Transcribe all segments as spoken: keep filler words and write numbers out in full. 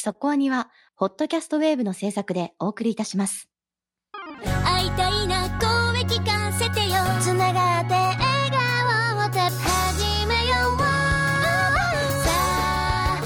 そこアニは、ホットキャストウェーブの制作でお送りいたします。 会いたいな、声聞かせてよ。つながって笑顔をた始めよう。さあ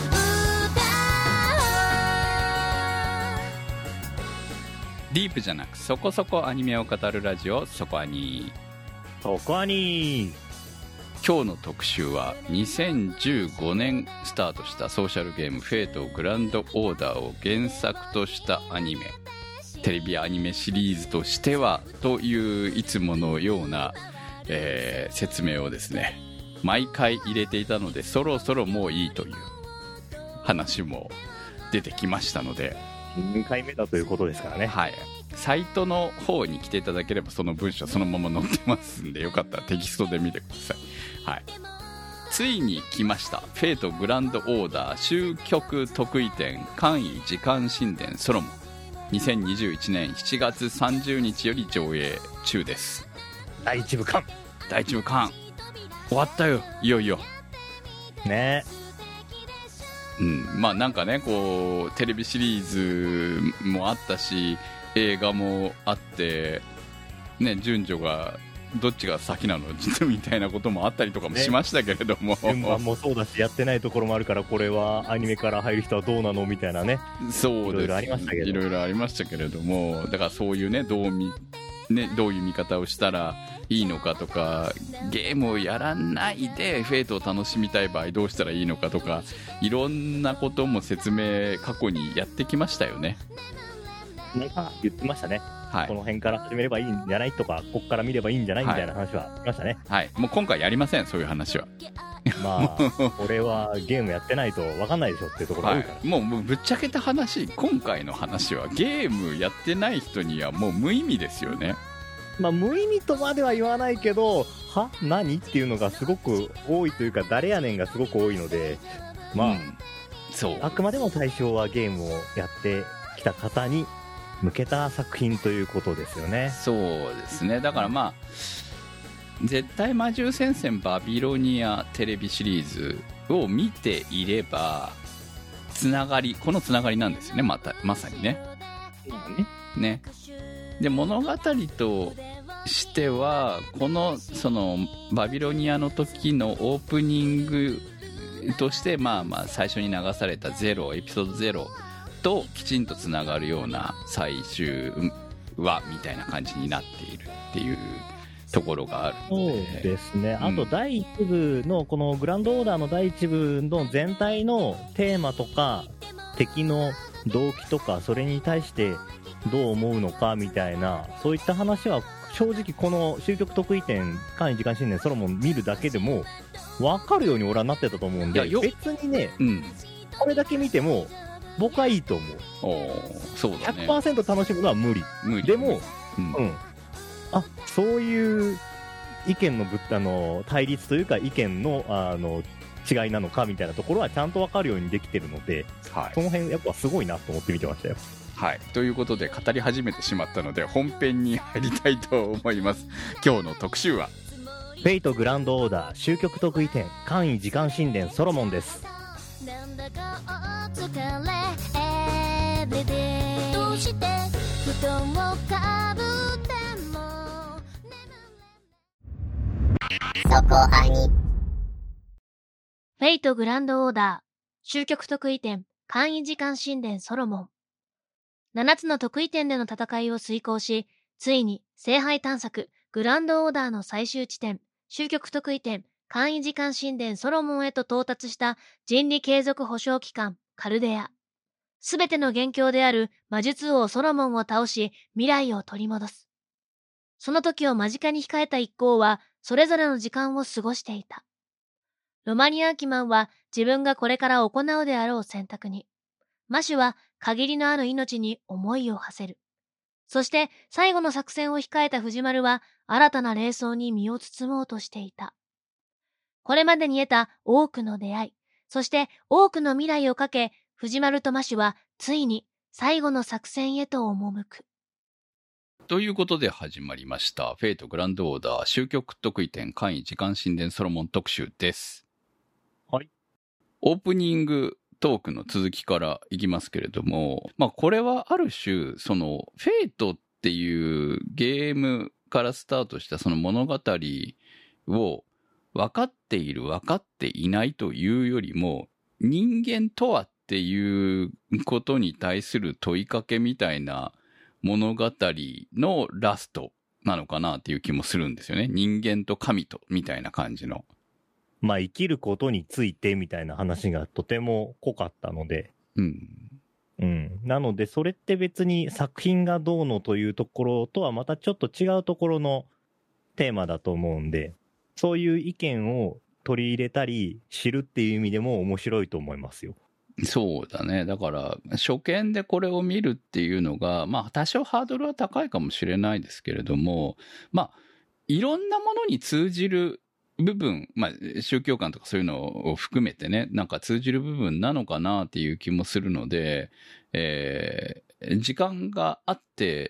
歌おう。ディープじゃなくそこそこアニメを語るラジオ、そこアニ。 そこアニ。 今日の特集はにせんじゅうごねんスタートしたソーシャルゲームフェイトグランドオーダーを原作としたアニメ。テレビアニメシリーズとしてはといういつものような、えー、説明をですね毎回入れていたので、そろそろもういいという話も出てきましたので、 にかいめだということですからね。 はい、サイトの方に来ていただければその文章そのまま載ってますんで、よかったらテキストで見てください。はい、ついに来ましたフェイトグランドオーダー終局特異点簡易時間神殿ソロモン、にせんにじゅういちねんしちがつさんじゅうにちより上映中です。 だいいち部完、 だいいち部完終わったよ、いよいよね。 うん、まあなんかね、こうテレビシリーズもあったし映画もあってね、順序がどっちが先なのみたいなこともあったりとかもしましたけれども、ね、 順番もそうだしやってないところもあるから、これはアニメから入る人はどうなのみたいなね。 そうです、いろいろありましたけど、いろいろありましたけれども、だからそういうね、どうみね、どういう見方をしたらいいのかとか、ゲームをやらないでフェイトを楽しみたい場合どうしたらいいのかとか、いろんなことも説明過去にやってきましたよね。 なんか言ってましたね、はい、この辺から始めればいいんじゃないとか、ここから見ればいいんじゃないみたいな話はありましたね。 はい、はい、もう今回やりません、そういう話は。 まあ俺はゲームやってないと分かんないでしょっていうところが多いから、 はい、もう、もうぶっちゃけた話、今回の話はゲームやってない人にはもう無意味ですよね。 まあ無意味とまでは言わないけど、は何っていうのがすごく多いというか、誰やねんがすごく多いので、まあ、うん、そうあくまでも対象はゲームをやってきた方に向けた作品ということですよね。 そうですね。だからまあ絶対魔獣戦線バビロニアテレビシリーズを見ていればつながり、このつながりなんですよね。またまさにね。ね。で物語としてはこのそのバビロニアの時のオープニングとして、まあまあ最初に流されたゼロエピソードゼロときちんとつながるような最終話みたいな感じになっているっていうところがあるので。 そうですね。あとだいいち部のこのグランドオーダーのだいいち部の全体のテーマとか敵の動機とか、それに対してどう思うのかみたいな、そういった話は正直この終局特異点簡易時間神殿ソロモン見るだけでも分かるように俺はなってたと思うんで、別にね、うん、これだけ見ても僕はいいと思う。 おそうだね、 ひゃくパーセント 楽しむのは無理。 無理でも、うん、うん、あ、そういう意見のぶあの対立というか意見のあの違いなのかみたいなところはちゃんと分かるようにできてるので、はい、その辺やっぱすごいなと思って見てましたよ。 はい、ということで語り始めてしまったので本編に入りたいと思います。今日の特集はフェイトグランドオーダー終局特異点簡易時間神殿ソロモンです。どうして布団をかぶってもそこアニ。 フェイトグランドオーダー終局特異点簡易時間神殿ソロモン。ななつの特異点での戦いを遂行し、ついに聖杯探索グランドオーダーの最終地点終局特異点簡易時間神殿ソロモンへと到達した人類継続保障機関カルデア。すべての元凶である魔術王ソロモンを倒し未来を取り戻す。その時を間近に控えた一行はそれぞれの時間を過ごしていた。ロマニアーキマンは自分がこれから行うであろう選択に、マシュは限りのある命に思いを馳せる。そして最後の作戦を控えた藤丸は新たな霊装に身を包もうとしていた。これまでに得た多くの出会い、そして多くの未来をかけ、藤丸とマシュはついに最後の作戦へと赴く。 ということで始まりましたフェイトグランドオーダー終局特異点簡易時間神殿ソロモン特集です。 はい。 オープニングトークの続きからいきますけれども、まあこれはある種、その、フェイトっていうゲームからスタートしたその物語を分かっている、分かっていないというよりも、人間とはっていうことに対する問いかけみたいな物語のラストなのかなっていう気もするんですよね。人間と神とみたいな感じの。 まあ生きることについてみたいな話がとても濃かったので、 うん。 うん。なのでそれって別に作品がどうのというところとはまたちょっと違うところのテーマだと思うんで、そういう意見を取り入れたり知るっていう意味でも面白いと思いますよ。 そうだね。だから、初見でこれを見るっていうのが、まあ、多少ハードルは高いかもしれないですけれども、まあ、いろんなものに通じる部分、まあ、宗教観とかそういうのを含めてね、なんか通じる部分なのかなっていう気もするので、えー、時間があって、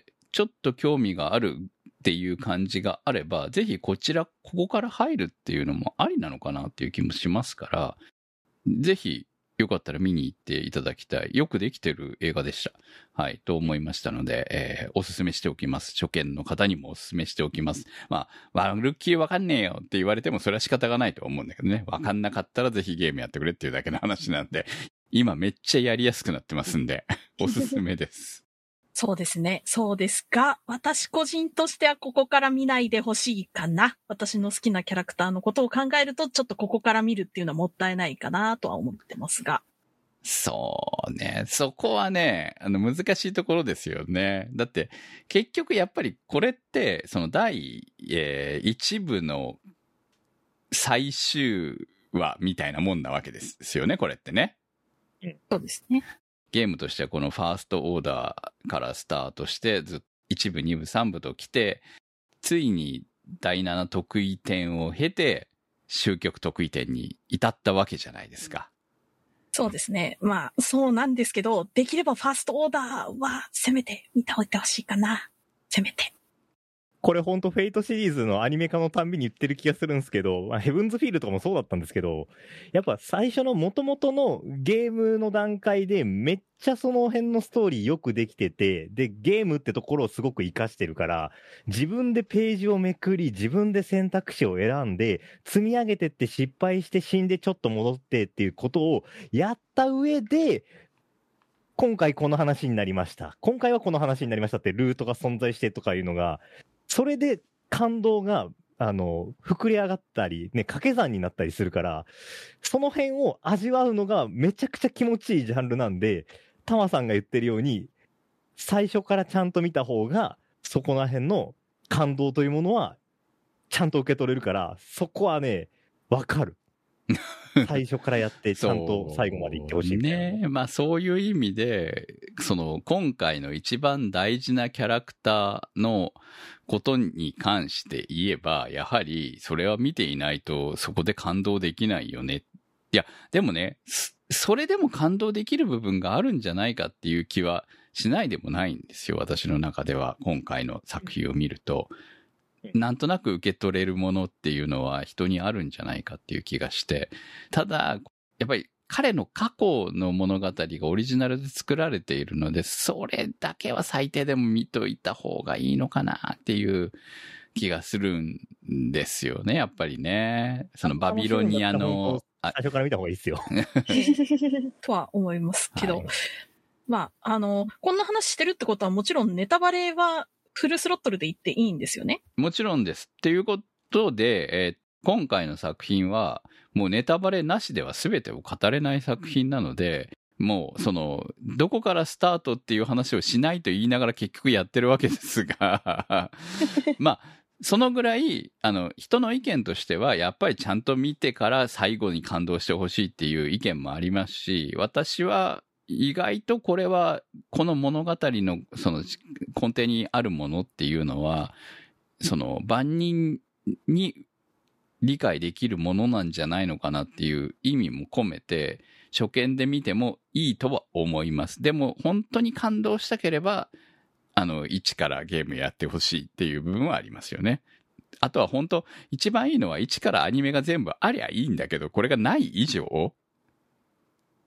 ちょっと興味があるっていう感じがあれば、ぜひこちら、ここから入るっていうのもありなのかなっていう気もしますから、ぜひ、よかったら見に行っていただきたい。よくできてる映画でした。はい、と思いましたので、えー、おすすめしておきます。初見の方にもおすすめしておきます。まあ、悪気わかんねえよって言われてもそれは仕方がないと思うんだけどね。わかんなかったらぜひゲームやってくれっていうだけの話なんで、今めっちゃやりやすくなってますんで、おすすめです。 そうですね。そうですが、私個人としてはここから見ないでほしいかな。私の好きなキャラクターのことを考えると、ちょっとここから見るっていうのはもったいないかなとは思ってますが。 そうね。そこはね、あの難しいところですよね。だって、結局やっぱりこれって、その第、えー、一部の最終話みたいなもんなわけですよね、これってね。 そうですね。 ゲームとしてはこのファーストオーダーからスタートしてずっといち部に部さん部と来てついにだいなな得意点を経て終局得意点に至ったわけじゃないですか。 そうですね。まあそうなんですけど、できればファーストオーダーはせめて見ておいてほしいかな。せめて。 これほんとフェイトシリーズのアニメ化のたんびに言ってる気がするんですけど、まあ、ヘブンズフィールとかもそうだったんですけど、やっぱ最初の元々のゲームの段階でめっちゃその辺のストーリーよくできてて、で、ゲームってところをすごく活かしてるから、自分でページをめくり、自分で選択肢を選んで、積み上げてって失敗して死んでちょっと戻ってっていうことをやった上で、今回この話になりました。今回はこの話になりましたってルートが存在してとかいうのが、それで感動が、あの、膨れ上がったり、ね、掛け算になったりするから、その辺を味わうのがめちゃくちゃ気持ちいいジャンルなんで、タマさんが言ってるように、最初からちゃんと見た方が、そこら辺の感動というものは、ちゃんと受け取れるから、そこはね、わかる。最初からやってちゃんと最後まで行ってほしいみたいなね。まあそういう意味でその今回の一番大事なキャラクターのことに関して言えばやはりそれは見ていないとそこで感動できないよね。いやでもねそれでも感動できる部分があるんじゃないかっていう気はしないでもないんですよ。私の中では今回の作品を見ると。なんとなく受け取れるものっていうのは人にあるんじゃないかっていう気がして、ただやっぱり彼の過去の物語がオリジナルで作られているので、それだけは最低でも見といた方がいいのかなっていう気がするんですよね、やっぱりね。そのバビロニアの最初から見た方がいいですよとは思いますけど、 はい、 まああのこんな話してるってことはもちろんネタバレはフルスロットルで言っていいんですよね。 もちろんです。っていうことで、えー、今回の作品はもうネタバレなしでは全てを語れない作品なので、もうそのどこからスタートっていう話をしないと言いながら結局やってるわけですがまあそのぐらいあの人の意見としてはやっぱりちゃんと見てから最後に感動してほしいっていう意見もありますし、私は意外とこれはこの物語のその根底にあるものっていうのはその万人に理解できるものなんじゃないのかなっていう意味も込めて初見で見てもいいとは思います。でも本当に感動したければあの一からゲームやってほしいっていう部分はありますよね。あとは本当一番いいのは一からアニメが全部ありゃいいんだけど、これがない以上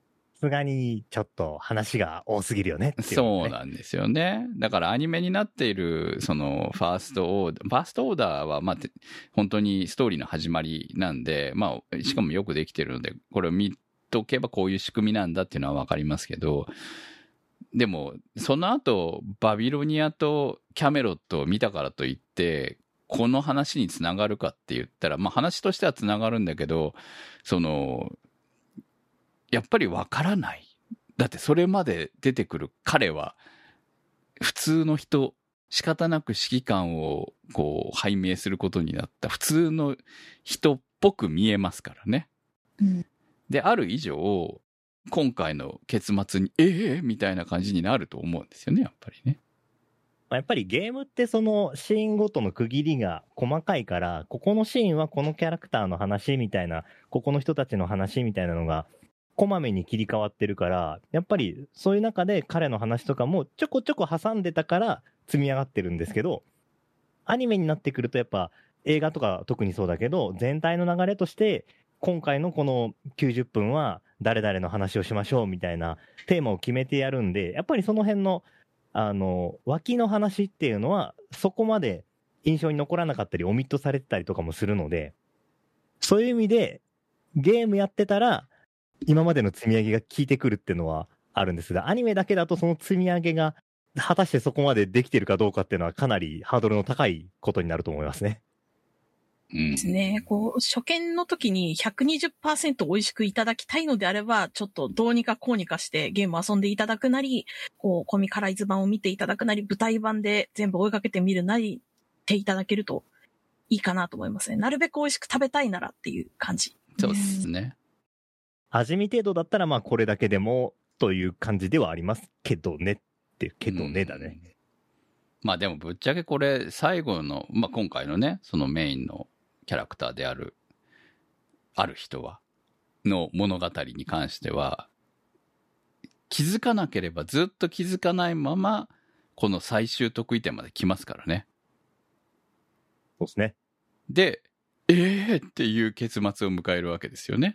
すがにちょっと話が多すぎるよねっていう、ね、 そうなんですよね。だからアニメになっているそのファーストオーダー、ファーストオーダーはまあ本当にストーリーの始まりなんで、まあしかもよくできてるので、これを見とけばこういう仕組みなんだっていうのはわかりますけど、でもその後バビロニアとキャメロットを見たからといってこの話につながるかって言ったら、まあ話としてはつながるんだけど、そのやっぱりわからない。だってそれまで出てくる彼は普通の人、仕方なく指揮官をこう拝命することになった普通の人っぽく見えますからね。 うん、 である以上今回の結末にええー、みたいな感じになると思うんですよね、やっぱりね。 やっぱりゲームってそのシーンごとの区切りが細かいから、ここのシーンはこのキャラクターの話みたいな、ここの人たちの話みたいなのがこまめに切り替わってるから、やっぱりそういう中で彼の話とかもちょこちょこ挟んでたから積み上がってるんですけど、アニメになってくるとやっぱ映画とか特にそうだけど、全体の流れとして今回のこのきゅうじゅっぷんは誰々の話をしましょうみたいなテーマを決めてやるんで、やっぱりその辺のあの脇の話っていうのはそこまで印象に残らなかったりオミットされてたりとかもするので、そういう意味でゲームやってたら今までの積み上げが効いてくるっていうのはあるんですが、アニメだけだとその積み上げが果たしてそこまでできてるかどうかっていうのはかなりハードルの高いことになると思いますね。 うん、 ですね。こう、初見の時に ひゃくにじゅっパーセント 美味しくいただきたいのであれば、ちょっとどうにかこうにかしてゲームを遊んでいただくなり、こう、コミカライズ版を見ていただくなり、舞台版で全部追いかけてみるなりっていただけるといいかなと思いますね。なるべく美味しく食べたいならっていう感じ。 そうですね。 味見程度だったらまあこれだけでもという感じではありますけどねっていうけどねだね、うん、 まあでもぶっちゃけこれ最後の、まあ、今回のねそのメインのキャラクターであるある人はの物語に関しては気づかなければずっと気づかないままこの最終得意点まで来ますからね。 そうですね。 でえーっていう結末を迎えるわけですよね。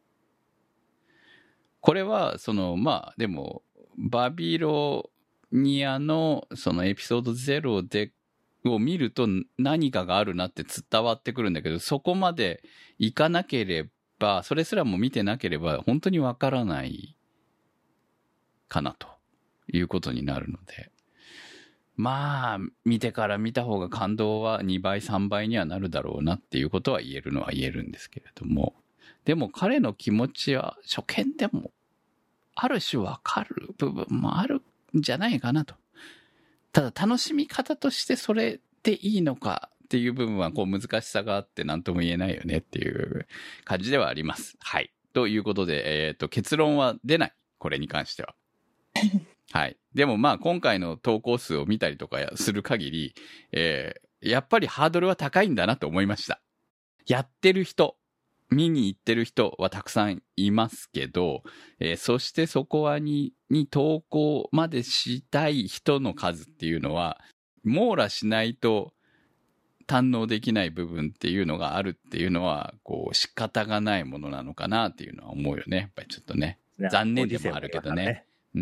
これはそのまあでもバビロニアのそのエピソードゼロでを見ると何かがあるなって伝わってくるんだけど、そこまでいかなければそれすらも見てなければ本当にわからないかなということになるので、まあ見てから見た方が感動はにばいさんばいにはなるだろうなっていうことは言えるのは言えるんですけれども、でも彼の気持ちは初見でもある種わかる部分もあるんじゃないかなと。ただ楽しみ方としてそれでいいのかっていう部分はこう難しさがあって何とも言えないよねっていう感じではあります。はい。ということで、えっと、結論は出ない。これに関しては。はい。でもまあ今回の投稿数を見たりとかする限り、えー、やっぱりハードルは高いんだなと思いました。やってる人、見に行ってる人はたくさんいますけど、えー、そしてそこはに、に投稿までしたい人の数っていうのは、網羅しないと堪能できない部分っていうのがあるっていうのは、こう仕方がないものなのかなっていうのは思うよね。やっぱりちょっとね。残念でもあるけどね。うん。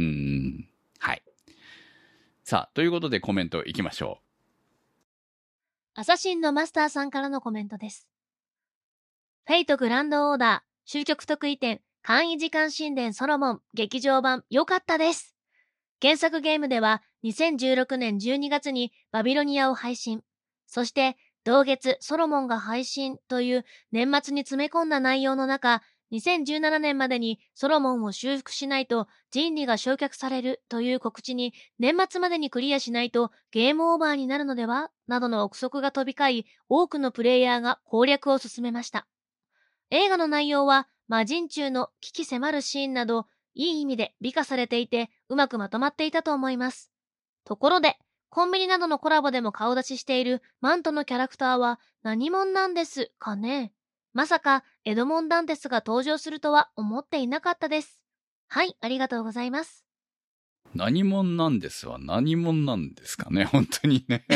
はい。さあ、ということでコメントいきましょう。アサシンのマスターさんからのコメントです。フェイトグランドオーダー、終局特異点、簡易時間神殿ソロモン、劇場版、良かったです。原作ゲームでは、にせんじゅうろくねんじゅうにがつにバビロニアを配信。そして、同月ソロモンが配信という年末に詰め込んだ内容の中、にせんじゅうななねんまでにソロモンを修復しないと人類が焼却されるという告知に年末までにクリアしないとゲームオーバーになるのではなどの憶測が飛び交い、多くのプレイヤーが攻略を進めました。映画の内容は魔人中の危機迫るシーンなどいい意味で美化されていてうまくまとまっていたと思います。ところで、コンビニなどのコラボでも顔出ししているマントのキャラクターは何者なんですかね。まさかエドモンダンテスが登場するとは思っていなかったです。はい、ありがとうございます。 何者なんですは何者なんですかね、本当にね。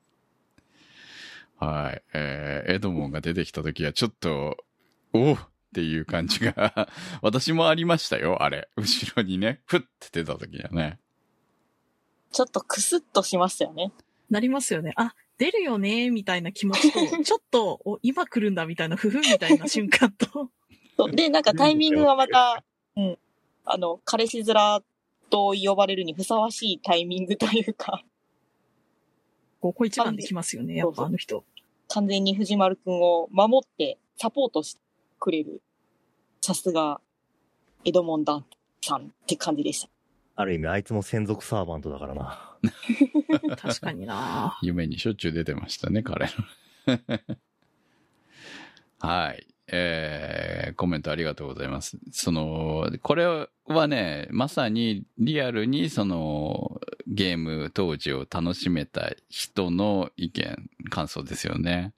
はい、えー、エドモンが出てきた時はちょっとおっっっていう感じが私もありましたよ、あれ。後ろにね、ふって出た時にはね。 ちょっとクスッとしましたよね。 なりますよね。あ、出るよねみたいな気持ちと、ちょっと、お、今来るんだみたいな、ふふみたいな瞬間と。 そうで、なんかタイミングがまた、うん、あの、彼氏面と呼ばれるにふさわしいタイミングというか。 ここ一番できますよね、やっぱあの人。 完全に藤丸くんを守ってサポートしてくれる。さすが、エドモンダンさんって感じでした。 ある意味あいつも専属サーバントだからな。 確かにな。 夢にしょっちゅう出てましたね、彼の。はい。えー、コメントありがとうございます。その、これはね、まさにリアルにそのゲーム当時を楽しめた人の意見、感想ですよね。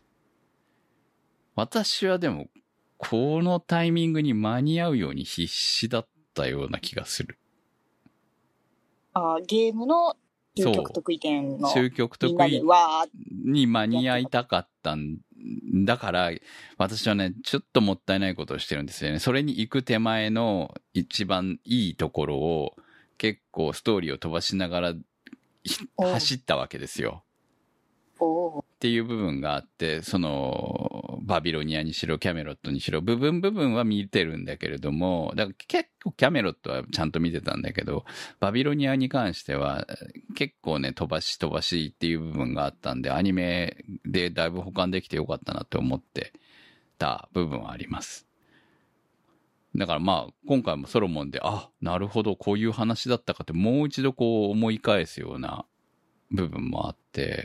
私はでも、このタイミングに間に合うように必死だったような気がする。 あ、ゲームの究極得意点の究極得意に間に合いたかったんだから、私はね、ちょっともったいないことをしてるんですよね。それに行く手前の一番いいところを結構ストーリーを飛ばしながら走ったわけですよ。 おっていう部分があって、そのバビロニアにしろキャメロットにしろ部分部分は見てるんだけれども、だから結構キャメロットはちゃんと見てたんだけど、バビロニアに関しては結構ね飛ばし飛ばしっていう部分があったんで、アニメでだいぶ保管できてよかったなと思ってた部分はあります。だからまあ今回もソロモンで、あ、なるほどこういう話だったかってもう一度こう思い返すような部分もあって、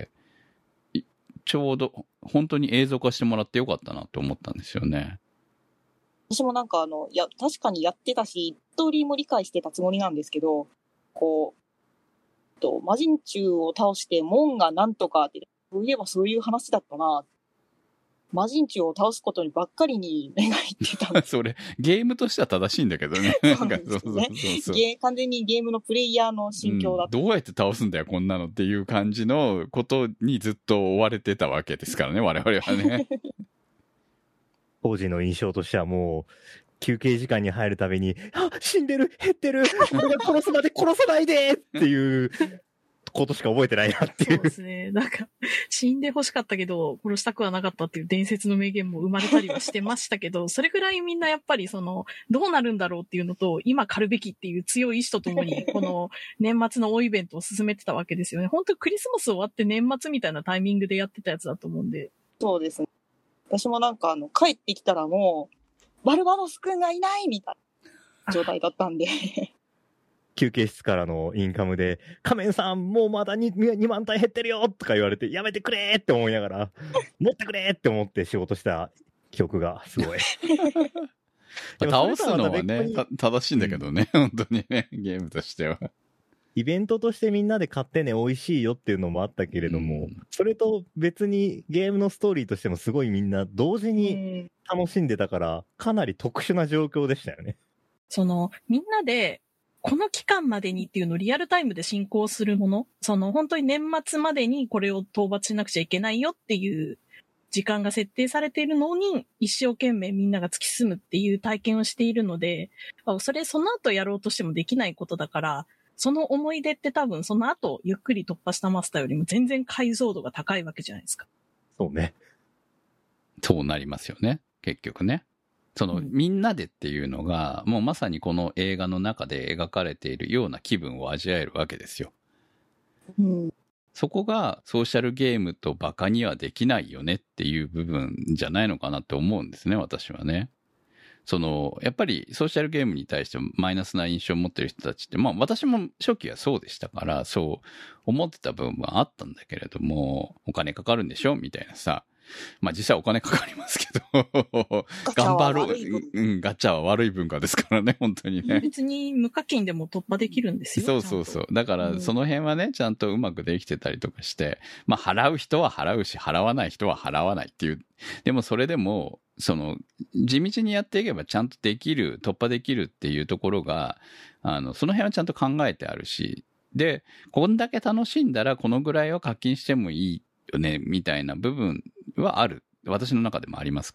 ちょうど本当に映像化してもらってよかったなと思ったんですよね。 私もなんかあの、いや、確かにやってたし、ストーリーも理解してたつもりなんですけど、こう、と魔人中を倒して門がなんとかって、そういえばそういう話だったな。魔人中を倒すことにばっかりに目がいってたんです。 それ、ゲームとしては正しいんだけどね。 そうなんですよね。ゲー完全にゲームのプレイヤーの心境だった、 うん。どうやって倒すんだよ、こんなのっていう感じのことにずっと追われてたわけですからね、我々はね。 当時の印象としてはもう、休憩時間に入るたびに、あ、死んでる、減ってる、俺が殺すまで殺さないでっていうことしか覚えてないなっていう。 そうですね。なんか、死んで欲しかったけど、殺したくはなかったっていう伝説の名言も生まれたりはしてましたけど、それぐらいみんなやっぱりその、どうなるんだろうっていうのと、今狩るべきっていう強い意志とともに、この年末の大イベントを進めてたわけですよね。本当にクリスマス終わって年末みたいなタイミングでやってたやつだと思うんで。 そうですね。私もなんかあの、帰ってきたらもう、バルバドス君がいないみたいな状態だったんで。 休憩室からのインカムで、仮面さんもうまだ 2, にまん体減ってるよとか言われて、やめてくれって思いながら、持ってくれって思って仕事した記憶がすごい。 倒すのはね、正しいんだけどね、うん、本当にね、ゲームとしては。 イベントとしてみんなで買ってね、美味しいよっていうのもあったけれども、うん、それと別にゲームのストーリーとしてもすごいみんな同時に楽しんでたから、かなり特殊な状況でしたよね。 その、みんなで、この期間までにっていうのをリアルタイムで進行するもの、その本当に年末までにこれを討伐しなくちゃいけないよっていう時間が設定されているのに、一生懸命みんなが突き進むっていう体験をしているので、それその後やろうとしてもできないことだから、その思い出って多分その後ゆっくり突破したマスターよりも全然解像度が高いわけじゃないですか。 そうね。 そうなりますよね、結局ね。その、うん、みんなでっていうのが、もうまさにこの映画の中で描かれているような気分を味わえるわけですよ。 うん、 そこがソーシャルゲームとバカにはできないよねっていう部分じゃないのかなって思うんですね、私はね。その、やっぱりソーシャルゲームに対してマイナスな印象を持ってる人たちって、まあ私も初期はそうでしたから、そう思ってた部分はあったんだけれども、お金かかるんでしょみたいなさ。まあ実際お金かかりますけど頑張ろう、うん、ガチャは悪い文化ですからね、本当にね。 別に無課金でも突破できるんですよ。 そうそうそう。だからその辺はね、ちゃんとうまくできてたりとかして、まあ払う人は払うし、払わない人は払わないっていう。でもそれでも、その、地道にやっていけばちゃんとできる、突破できるっていうところが、あの、その辺はちゃんと考えてあるし、で、こんだけ楽しんだらこのぐらいは課金してもいいよね、みたいな部分はある私の中でもありますから、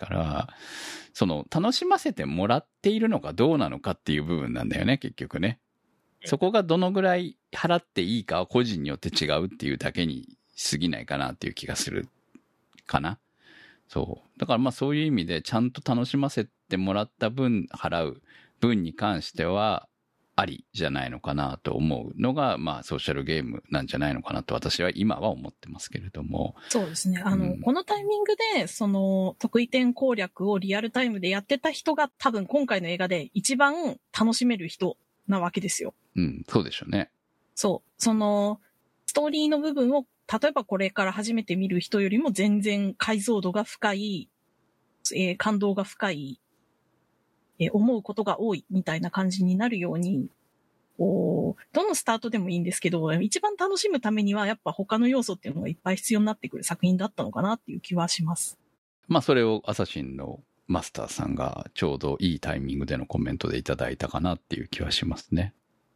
その楽しませてもらっているのかどうなのかっていう部分なんだよね、結局ね。そこがどのぐらい払っていいかは個人によって違うっていうだけに過ぎないかなっていう気がするかな。そう。だからまあそういう意味でちゃんと楽しませてもらった分払う分に関してはありじゃないのかなと思うのが、まあソーシャルゲームなんじゃないのかなと私は今は思ってますけれども。 そうですね。あの、 うんこのタイミングで、その、得意点攻略をリアルタイムでやってた人が多分今回の映画で一番楽しめる人なわけですよ。 うん、そうでしょうね。 そう。その、ストーリーの部分を、例えばこれから初めて見る人よりも全然解像度が深い、えー感動が深い、えー思うことが多いみたいな感じになるように、こうどのスタートでもいいんですけど、一番楽しむためにはやっぱ他の要素っていうのがいっぱい必要になってくる作品だったのかなっていう気はします。 まあそれをアサシンのマスターさんがちょうどいいタイミングでのコメントでいただいたかなっていう気はしますね。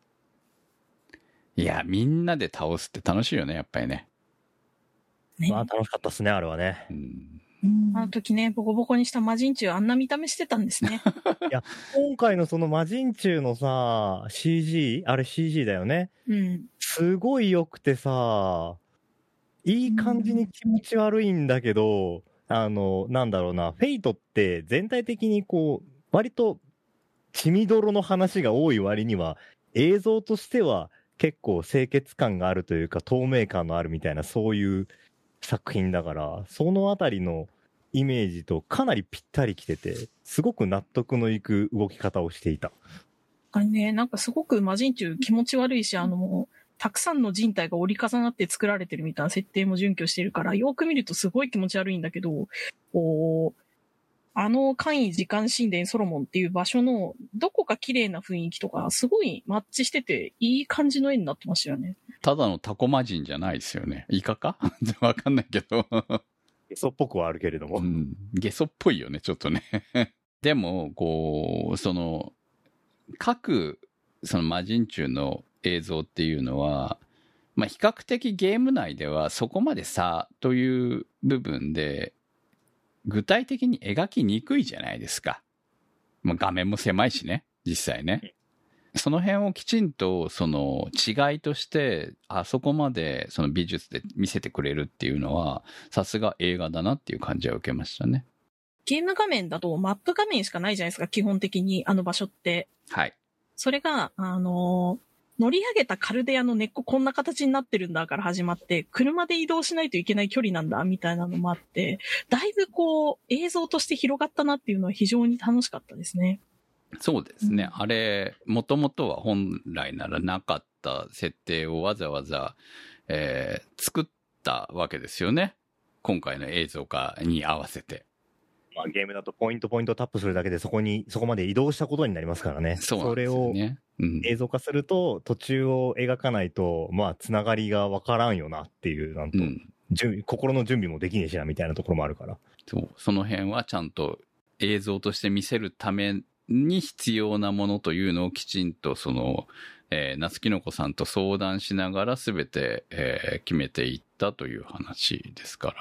いや、みんなで倒すって楽しいよね、やっぱりね。 ね、 まあ楽しかったっすね、あれはね。 うんあの時ね、ボコボコにした魔人中あんな見た目してたんですね。 いや、今回のその魔人中のさ、シージー? あれ シージー だよね。 うん。 すごい良くてさ、いい感じに気持ち悪いんだけど、あの、なんだろうな、フェイトって全体的にこう、割と血みどろの話が多い割には、映像としては結構清潔感があるというか、透明感のあるみたいな、そういう作品だから、そのあたりのイメージとかなりぴったりきてて、すごく納得のいく動き方をしていた。 あれね、なんかすごく魔人中気持ち悪いし、あの、たくさんの人体が折り重なって作られてるみたいな設定も準拠してるから、よく見るとすごい気持ち悪いんだけど、こう、あの簡易時間神殿ソロモンっていう場所のどこか綺麗な雰囲気とかすごいマッチしてていい感じの絵になってましたよね。 ただのタコ魔人じゃないですよね。イカかわかんないけど。 ゲソっぽくはあるけれども。 うん。ゲソっぽいよね、ちょっとね。でも、こう、その、各、その魔人中の映像っていうのは、まあ、比較的ゲーム内ではそこまで差という部分で、具体的に描きにくいじゃないですか。まあ、画面も狭いしね、実際ね。その辺をきちんとその違いとしてあそこまでその美術で見せてくれるっていうのはさすが映画だなっていう感じは受けましたね。 ゲーム画面だとマップ画面しかないじゃないですか、基本的にあの場所って。 はい。 それが、あの、乗り上げたカルデアの根っここんな形になってるんだから始まって、車で移動しないといけない距離なんだみたいなのもあって、だいぶこう映像として広がったなっていうのは非常に楽しかったですね。 そうですね。あれ、もともとは本来ならなかった設定をわざわざ、えー、作ったわけですよね。今回の映像化に合わせて。 まあ、ゲームだとポイントポイントタップするだけでそこに、そこまで移動したことになりますからね。 そうなんですよね。 それを映像化すると途中を描かないと、まあ、つながりがわからんよなっていう、なんと、うん、準備、心の準備もできねえしなみたいなところもあるから。 そう。その辺はちゃんと映像として見せるために必要なものというのをきちんとその、えー、夏木の子さんと相談しながら全て、えー、決めていったという話ですから、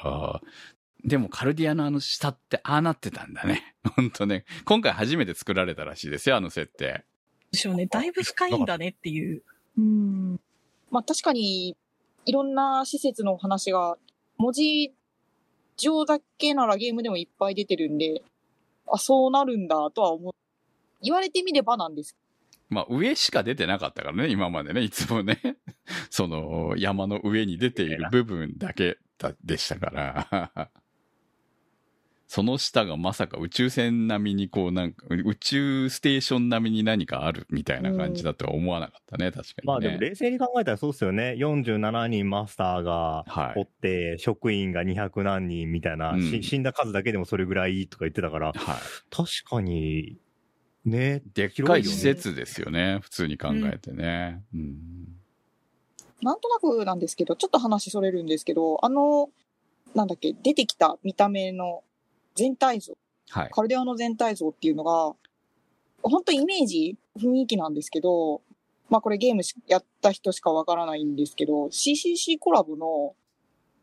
でもカルディアのあの下ってああなってたんだね。本当ね。今回初めて作られたらしいですよ、あの設定。 でしょうね。だいぶ深いんだねっていう。 うん。まあ確かに、いろんな施設の話が、文字上だけならゲームでもいっぱい出てるんで、あ、そうなるんだとは思う。言われてみればなんです。 まあ上しか出てなかったからね、今までね、いつもね。その山の上に出ている部分だけでしたから。その下がまさか宇宙船並みにこうなんか宇宙ステーション並みに何かあるみたいな感じだとは思わなかったね、確かにね。 まあでも冷静に考えたらそうですよね。よんじゅうななにんマスターがおって、はい、職員がにひゃくなんにんみたいな、うん、死んだ数だけでもそれぐらいとか言ってたから、はい、確かにね、 でっかい施設ですよね、普通に考えてね、うんうん。 なんとなくなんですけど、ちょっと話それるんですけど、あの、なんだっけ、出てきた見た目の全体像、はい、カルデアの全体像っていうのが、本当イメージ、雰囲気なんですけど、まあこれゲームやった人しかわからないんですけど、シーシーシー コラボの、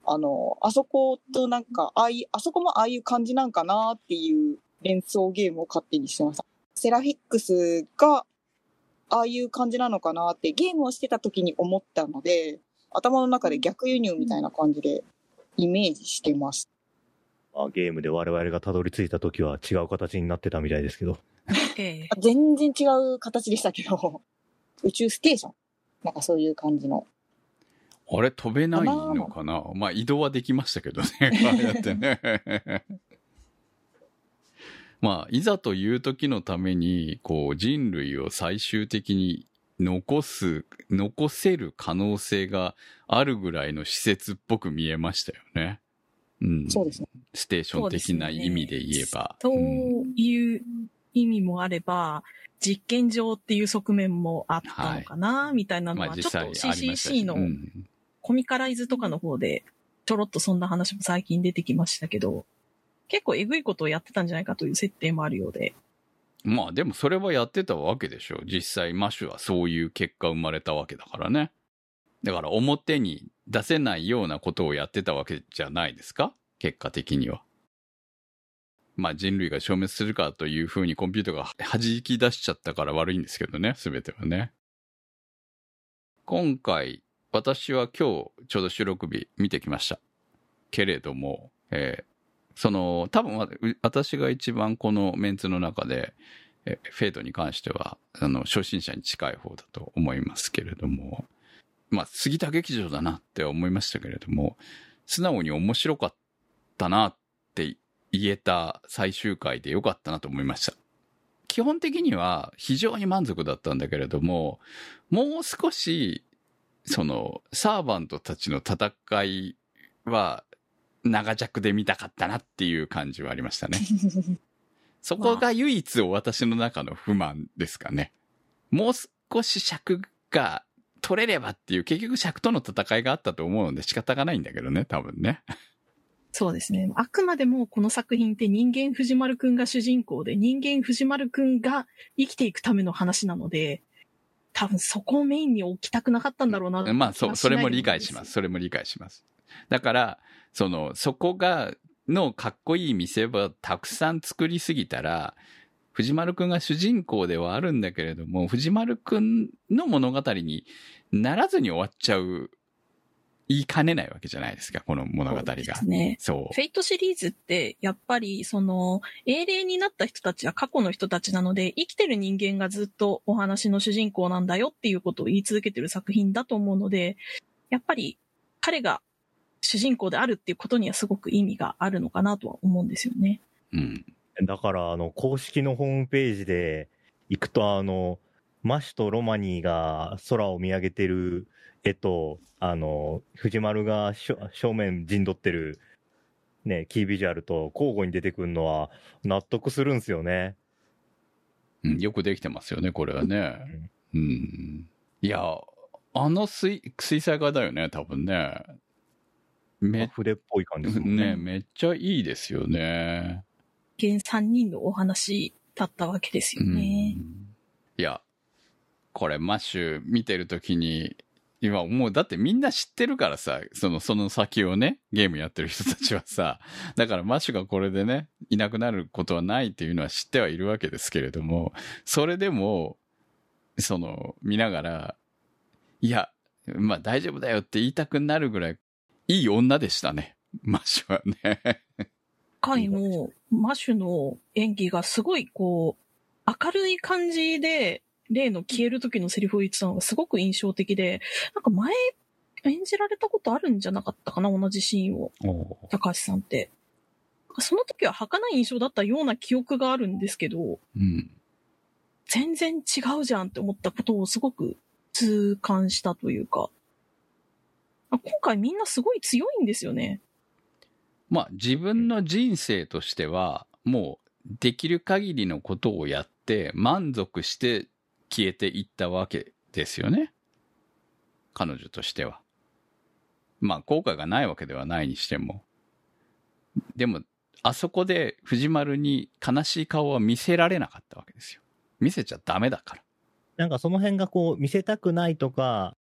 あの、あそことなんか、ああいう、あそこもああいう感じなんかなっていう連想ゲームを勝手にしてました。セラフィックスがああいう感じなのかなってゲームをしてた時に思ったので、頭の中で逆輸入みたいな感じでイメージしてます。 ゲームで我々がたどり着いた時は違う形になってたみたいですけど。 ええ、 全然違う形でしたけど、宇宙ステーションなんかそういう感じの。 あれ飛べないのかな。まあ移動はできましたけどね。ああやってね。まあいざという時のためにこう人類を最終的に残す残せる可能性があるぐらいの施設っぽく見えましたよね。うん。 そうですね。 ステーション的な意味で言えば。 そういう意味もあれば、実験場っていう側面もあったのかな、はい、みたいなのは、ちょっと シーシーシー のコミカライズとかの方で、ちょろっとそんな話も最近出てきましたけど、結構えぐいことをやってたんじゃないかという設定もあるようで。 まあでもそれはやってたわけでしょ。実際マシュはそういう結果生まれたわけだからね。だから表に出せないようなことをやってたわけじゃないですか、結果的には。まあ人類が消滅するかというふうにコンピューターが弾き出しちゃったから悪いんですけどね、すべてはね。今回私は今日ちょうど収録日見てきましたけれども、えー、その多分私が一番このメンツの中で、えー、フェイトに関してはあの初心者に近い方だと思いますけれども、まあ杉田劇場だなって思いましたけれども、素直に面白かったなって言えた最終回でよかったなと思いました。基本的には非常に満足だったんだけれども、もう少しそのサーバントたちの戦いは長尺で見たかったなっていう感じはありましたね。そこが唯一私の中の不満ですかね。もう少し尺が取れればっていう、結局尺との戦いがあったと思うので仕方がないんだけどね、多分ね。 そうですね。あくまでもこの作品って人間藤丸くんが主人公で、人間藤丸くんが生きていくための話なので、多分そこをメインに置きたくなかったんだろうな。 まあそう、それも理解します。それも理解します。だから、その、そこが、のかっこいい見せ場たくさん作りすぎたら、藤丸くんが主人公ではあるんだけれども、藤丸くんの物語にならずに終わっちゃう、言いかねないわけじゃないですか、この物語が。そうですね。 そう。 フェイトシリーズって、やっぱり、その、英霊になった人たちは過去の人たちなので、生きてる人間がずっとお話の主人公なんだよっていうことを言い続けてる作品だと思うので、やっぱり、彼が主人公であるっていうことにはすごく意味があるのかなとは思うんですよね。 うん。 だから、あの、公式のホームページで行くと、あの、マシュとロマニーが空を見上げてる絵と、あの、藤丸が正面陣取ってる、ね、キービジュアルと交互に出てくるのは納得するんですよね。 うん、よくできてますよね、これはね。うん。うん、いや、あの水、水彩画だよね、多分ね。 め筆っぽい感じですもんね。 ね、めっちゃいいですよね。 現さんにんのお話だったわけですよね。 うん、いや、これマッシュ見てるときに、今もうだってみんな知ってるからさ、その、その先をね、ゲームやってる人たちはさ、だからマッシュがこれでね、いなくなることはないっていうのは知ってはいるわけですけれども、それでも、その、見ながら、いや、まあ大丈夫だよって言いたくなるぐらい、いい女でしたね、マッシュはね。 回のマッシュの演技がすごいこう、明るい感じで、例の消える時のセリフを言ってたのがすごく印象的で、なんか前演じられたことあるんじゃなかったかな、同じシーンを。高橋さんって。その時は儚い印象だったような記憶があるんですけど、 うん、 全然違うじゃんって思ったことをすごく痛感したというか、今回みんなすごい強いんですよね。 まあ自分の人生としては、もうできる限りのことをやって満足して消えていったわけですよね。彼女としては。まあ後悔がないわけではないにしても。でも、あそこで藤丸に悲しい顔は見せられなかったわけですよ。見せちゃダメだから。 なんかその辺がこう見せたくないとか、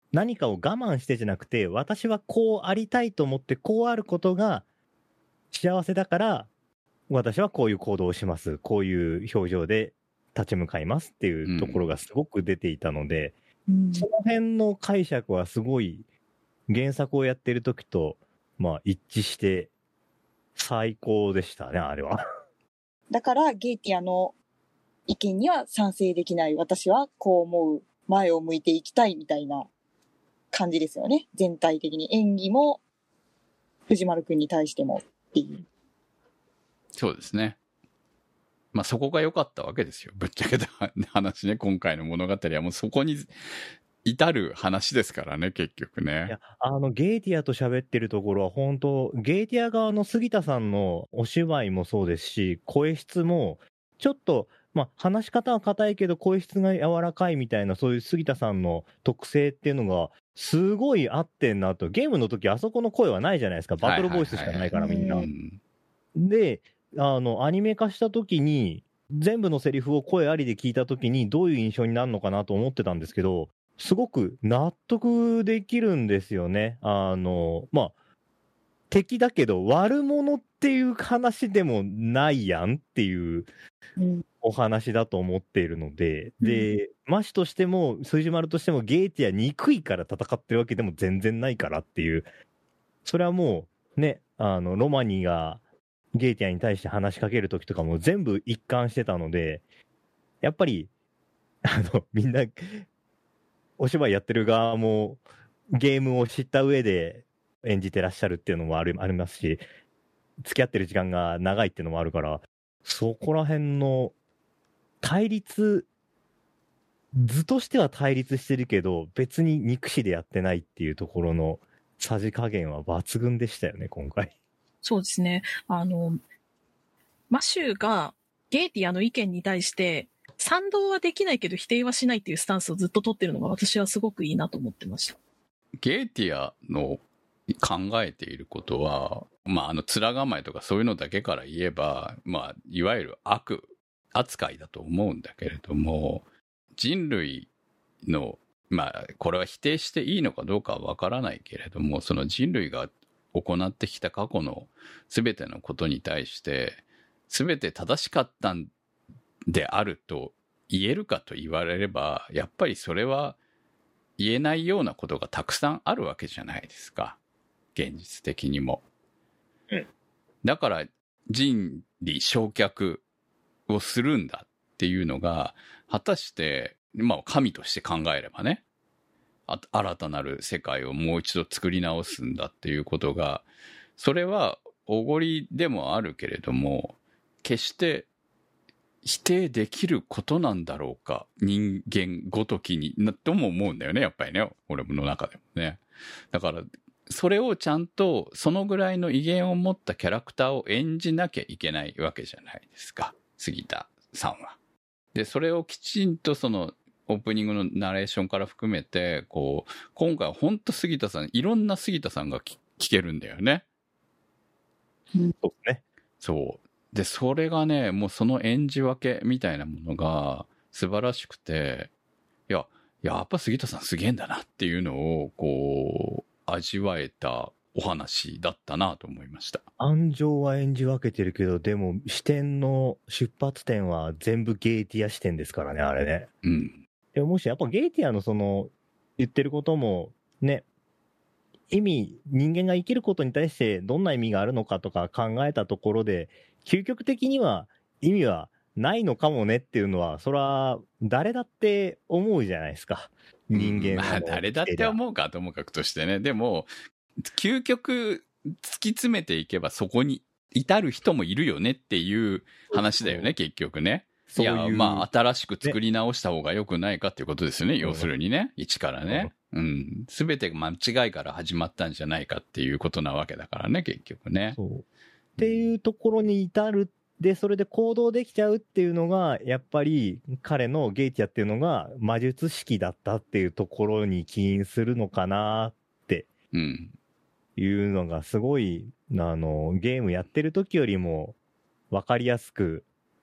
何かを我慢してじゃなくて、私はこうありたいと思ってこうあることが幸せだから私はこういう行動をします、こういう表情で立ち向かいますっていうところがすごく出ていたので、うん、その辺の解釈はすごい原作をやってる時とまあ一致して最高でしたね、あれは。 だからゲイティアの意見には賛成できない、私はこう思う、前を向いていきたいみたいな感じですよね。全体的に演技も藤丸くんに対してもっていう。 そうですね。まあそこが良かったわけですよ。ぶっちゃけた話ね。今回の物語はもうそこに至る話ですからね、結局ね。 いや、あのゲイティアと喋ってるところは本当、ゲイティア側の杉田さんのお芝居もそうですし、声質もちょっと、まあ、話し方は硬いけど声質が柔らかいみたいな、そういう杉田さんの特性っていうのがすごい合ってんなと。ゲームの時あそこの声はないじゃないですか。バトルボイスしかないから、みんな。で、あのアニメ化した時に全部のセリフを声ありで聞いた時にどういう印象になるのかなと思ってたんですけど、すごく納得できるんですよね。あのまあ敵だけど悪者っていう話でもないやんっていうお話だと思っているので、うん、でマシとしても筋丸としてもゲイティア憎いから戦ってるわけでも全然ないからっていう、それはもうね、あのロマニーがゲイティアに対して話しかける時とかも全部一貫してたので、やっぱりあのみんなお芝居やってる側もゲームを知った上で演じてらっしゃるっていうのもありますし、付き合ってる時間が長いっていうのもあるから、そこら辺の対立、図としては対立してるけど別に憎しでやってないっていうところのさじ加減は抜群でしたよね、今回。 そうですね。あの、マシューがゲイティアの意見に対して賛同はできないけど否定はしないっていうスタンスをずっと取ってるのが私はすごくいいなと思ってました。 ゲイティアの考えていることは、まあ、あの面構えとかそういうのだけから言えば、まあ、いわゆる悪扱いだと思うんだけれども、人類の、まあ、これは否定していいのかどうかはわからないけれども、その人類が行ってきた過去の全てのことに対して全て正しかったんであると言えるかと言われれば、やっぱりそれは言えないようなことがたくさんあるわけじゃないですか、現実的にも。うん、だから人理焼却をするんだっていうのが果たして、まあ神として考えればね、新たなる世界をもう一度作り直すんだっていうことが、それはおごりでもあるけれども決して否定できることなんだろうか、人間ごときになとも思うんだよね、やっぱりね、俺の中でもね。だからそれをちゃんとそのぐらいの威厳を持ったキャラクターを演じなきゃいけないわけじゃないですか、杉田さんは。でそれをきちんとそのオープニングのナレーションから含めて、こう今回は本当杉田さん、いろんな杉田さんが聞けるんだよね。 そうですね。 そうで、それがね、もうその演じ分けみたいなものが素晴らしくて、いや、やっぱ杉田さんすげえんだなっていうのをこう味わえたお話だったなと思いました。 安城は演じ分けてるけど、でも視点の出発点は全部ゲイティア視点ですからね、あれね。 うん。 でももしやっぱゲイティアのその言ってることもね、意味、人間が生きることに対してどんな意味があるのかとか考えたところで、究極的には意味はないのかもねっていうのは、それは誰だって思うじゃないですか、人間は、 うん、まあ誰だって思うかともかくとしてね。でも究極突き詰めていけばそこに至る人もいるよねっていう話だよね、結局ね。いや、まあ新しく作り直した方が良くないかっていうことですよね、要するにね、一からね。うん。すべてが間違いから始まったんじゃないかっていうことなわけだからね、結局ね。 そう。っていうところに至る。で、それで行動できちゃうっていうのが、やっぱり彼のゲイティアっていうのが魔術式だったっていうところに起因するのかなっていうのがすごい、あの、ゲームやってる時よりも分かりやすく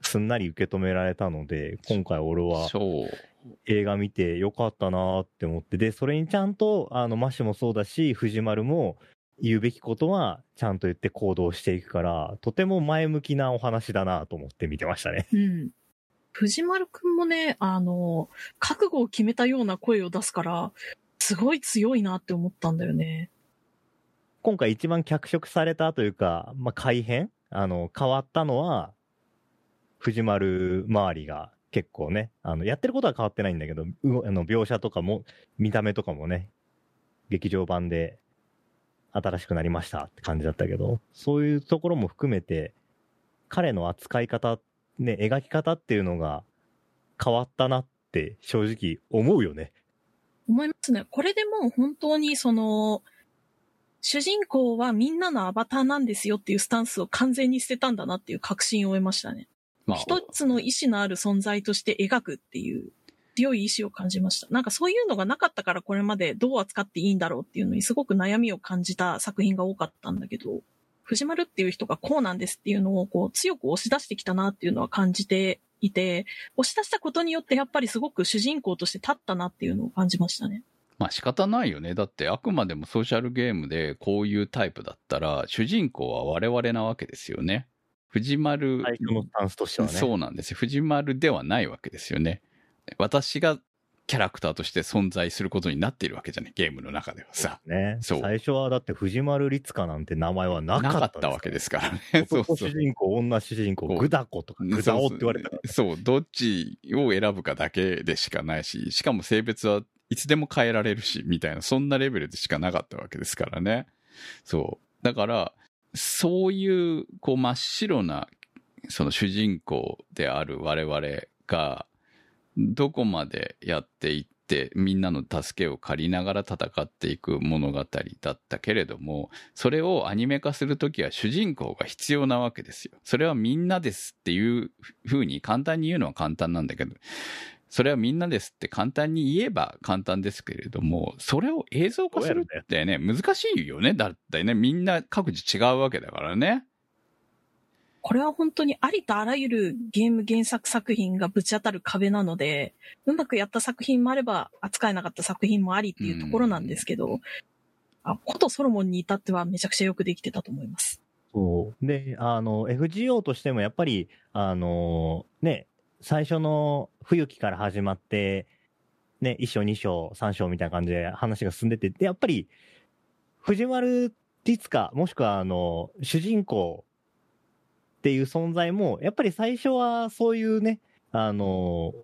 すんなり受け止められたので、今回俺はそう映画見てよかったなって思って、でそれにちゃんとあのマッシュもそうだし藤丸も言うべきことはちゃんと言って行動していくから、とても前向きなお話だなと思って見てましたね。 うん。藤丸くんもね、あの、覚悟を決めたような声を出すから、すごい強いなって思ったんだよね。 今回一番脚色されたというか、まあ、改変あの、変わったのは、藤丸周りが結構ね、あの、やってることは変わってないんだけど、うあの描写とかも、見た目とかもね、劇場版で新しくなりましたって感じだったけど、そういうところも含めて、彼の扱い方、ね、描き方っていうのが変わったなって正直思うよね。 思いますね。これでもう本当にその、主人公はみんなのアバターなんですよっていうスタンスを完全に捨てたんだなっていう確信を得ましたね。まあ、一つの意志のある存在として描くっていう強い意志を感じました。なんかそういうのがなかったからこれまでどう扱っていいんだろうっていうのにすごく悩みを感じた作品が多かったんだけど、藤丸っていう人がこうなんですっていうのをこう強く押し出してきたなっていうのは感じていて、押し出したことによってやっぱりすごく主人公として立ったなっていうのを感じましたね。 まあ仕方ないよね。だってあくまでもソーシャルゲームでこういうタイプだったら主人公は我々なわけですよね。藤丸最初のスタンスとしてはね。 そうなんですよ。藤丸ではないわけですよね。私がキャラクターとして存在することになっているわけじゃない、ゲームの中ではさ。 ね。 そう。 最初はだって藤丸律香なんて名前はなかったなかったわけですからね。そうそう。 男主人公、女主人公、グダコとかグダオって言われたから、ね。 そう、どっちを選ぶかだけでしかないし、しかも性別はいつでも変えられるし、みたいな、そんなレベルでしかなかったわけですからね。そう。だから、そういう、こう、真っ白な、その主人公である我々が、どこまでやっていって、みんなの助けを借りながら戦っていく物語だったけれども、それをアニメ化するときは主人公が必要なわけですよ。それはみんなですっていう風に簡単に言うのは簡単なんだけど、それはみんなですって簡単に言えば簡単ですけれども、それを映像化するってね、難しいよね。だってね、みんな各自違うわけだからね。 これは本当にありとあらゆるゲーム原作作品がぶち当たる壁なので、うまくやった作品もあれば扱えなかった作品もありっていうところなんですけど、あ、ことソロモンに至ってはめちゃくちゃよくできてたと思います。 そうで、あの エフジーオー としてもやっぱりあのね、最初の冬季から始まってね、いっ章に章さん章みたいな感じで話が進んでて、でやっぱり藤丸律香もしくはあの主人公っていう存在もやっぱり最初はそういうね、あの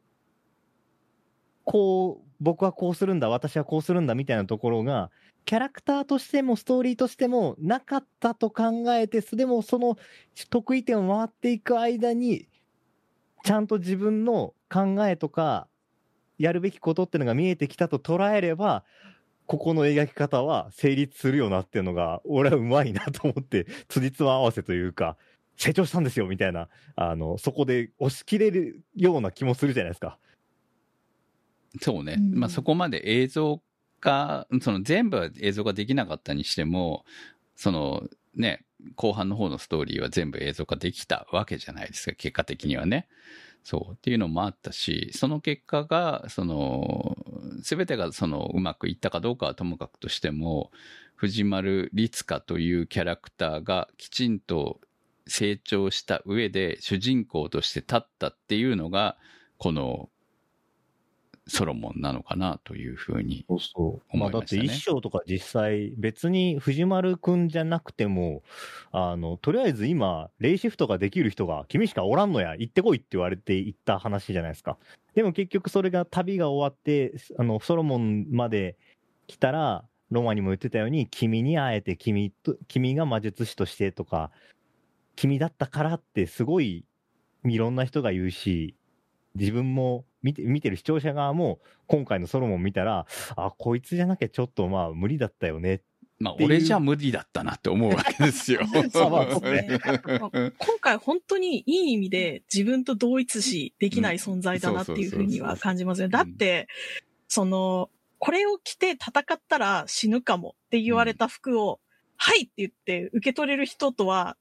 こう僕はこうするんだ、私はこうするんだみたいなところがキャラクターとしてもストーリーとしてもなかったと考えて、でもその得意点を回っていく間にちゃんと自分の考えとかやるべきことっていうのが見えてきたと捉えれば、ここの描き方は成立するよなっていうのが俺はうまいなと思って、辻褄合わせというか成長したんですよみたいな、あのそこで押し切れるような気もするじゃないですか。 そうね、うん、まあそこまで映像化、その全部は映像化できなかったにしても、そのね、後半の方のストーリーは全部映像化できたわけじゃないですか、結果的にはね。そうっていうのもあったし、その結果がその全てがそのうまくいったかどうかはともかくとしても、藤丸律香というキャラクターがきちんと成長した上で主人公として立ったっていうのがこのソロモンなのかなというふうに思いましたね。そうそう、まあ、 だって一章とか実際別に藤丸くんじゃなくても、あのとりあえず今レイシフトができる人が君しかおらんのや、行ってこいって言われて行った話じゃないですか。でも結局それが旅が終わってあのソロモンまで来たら、ロマにも言ってたように君に会えて、君と君が魔術師としてとか君だったからってすごいいろんな人が言うし、自分も見て、見てる視聴者側も今回のソロモン見たら、あ、こいつじゃなきゃちょっとまあ無理だったよね。 まあ俺じゃ無理だったなって思うわけですよ。 そうですね。今回本当にいい意味で自分と同一視できない存在だなっていうふうには感じますね。だって、その、これを着て戦ったら死ぬかもって言われた服を、うん、はいって言って受け取れる人とは、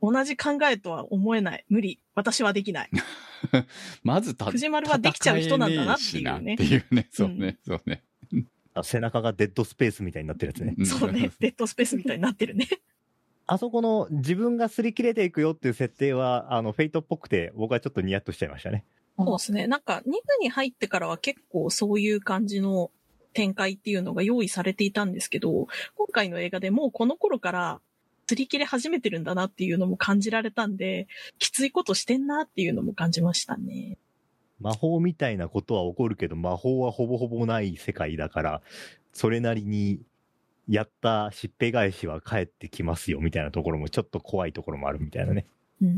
同じ考えとは思えない。無理。私はできない。 まずた藤丸はできちゃう人なんだなっていうね。 っていうね。そうね、そうね。 あ背中がデッドスペースみたいになってるやつね。 そうね。デッドスペースみたいになってるね。 あそこの自分が擦り切れていくよっていう設定は、あの、フェイトっぽくて、僕はちょっとニヤッとしちゃいましたね。 そうですね。なんか、に部に入ってからは結構そういう感じの展開っていうのが用意されていたんですけど、今回の映画でもうこの頃から釣り切れ始めてるんだなっていうのも感じられたんで、きついことしてんなっていうのも感じましたね。 魔法みたいなことは起こるけど、魔法はほぼほぼない世界だから、それなりにやったしっぺ返しは返ってきますよみたいなところもちょっと怖いところもあるみたいなね。 うん。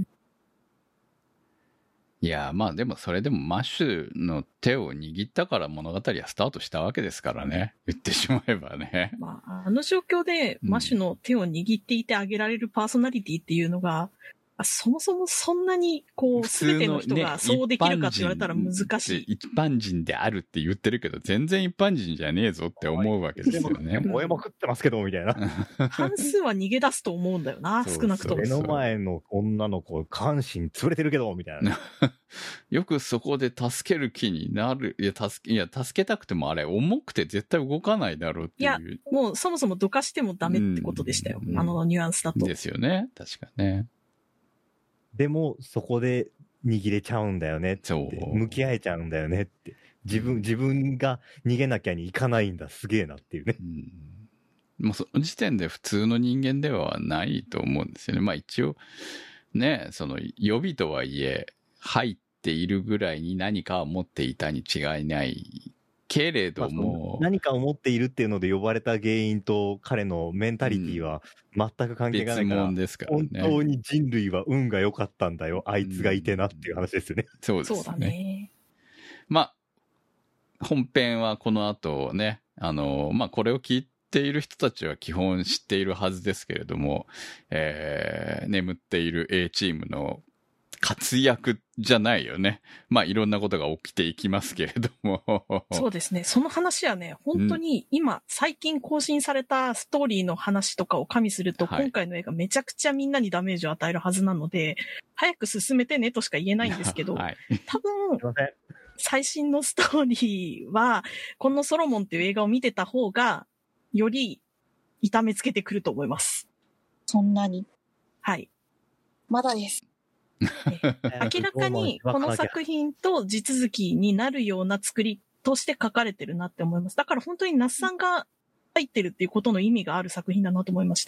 いや、まあでもそれでもマッシュの手を握ったから物語はスタートしたわけですからね。言ってしまえばね。 まあ、あの状況でマッシュの手を握っていてあげられるパーソナリティっていうのが、あそもそもそんなにこう、すべての人がそうできるかって言われたら難しい。 一般人であるって言ってるけど、全然一般人じゃねえぞって思うわけですよね。 燃えまくってますけど、みたいな。 半数は逃げ出すと思うんだよな、 そう少なくとも。 目の前の女の子、関心潰れてるけど、みたいな。 よくそこで助ける気になる。いや、助け、いや、助けたくてもあれ、重くて絶対動かないだろうっていう。 いや、もうそもそもどかしてもダメってことでしたよ。 うん、 あのニュアンスだと。 ですよね。確かね。 でも、そこで握れちゃうんだよねって。向き合えちゃうんだよねって。自分、自分が逃げなきゃにいかないんだ。すげえなっていうね。 うん、もうその時点で普通の人間ではないと思うんですよね。まあ一応、ね、その予備とはいえ、入っているぐらいに何かを持っていたに違いないけれども、 まあ、何かを持っているっていうので呼ばれた原因と彼のメンタリティは全く関係がないから、 別物ですからね。 本当に人類は運が良かったんだよ、あいつがいてなっていう話ですよね。 そうですね。 そうだね。 まあ、本編はこの後ね、あの、まあこれを聞いている人たちは基本知っているはずですけれども、えー、眠っている A チームの活躍じゃないよね。まあいろんなことが起きていきますけれども。 そうですね。その話はね、本当に今、最近更新されたストーリーの話とかを加味すると、はい、今回の映画めちゃくちゃみんなにダメージを与えるはずなので、早く進めてねとしか言えないんですけど、はい、多分、最新のストーリーは、このソロモンっていう映画を見てた方が、より痛めつけてくると思います。 そんなに？ はい。 まだです。 明らかにこの作品と地続きになるような作りとして書かれてるなって思います。だから本当に那須さんが入ってるっていうことの意味がある作品だなと思いました。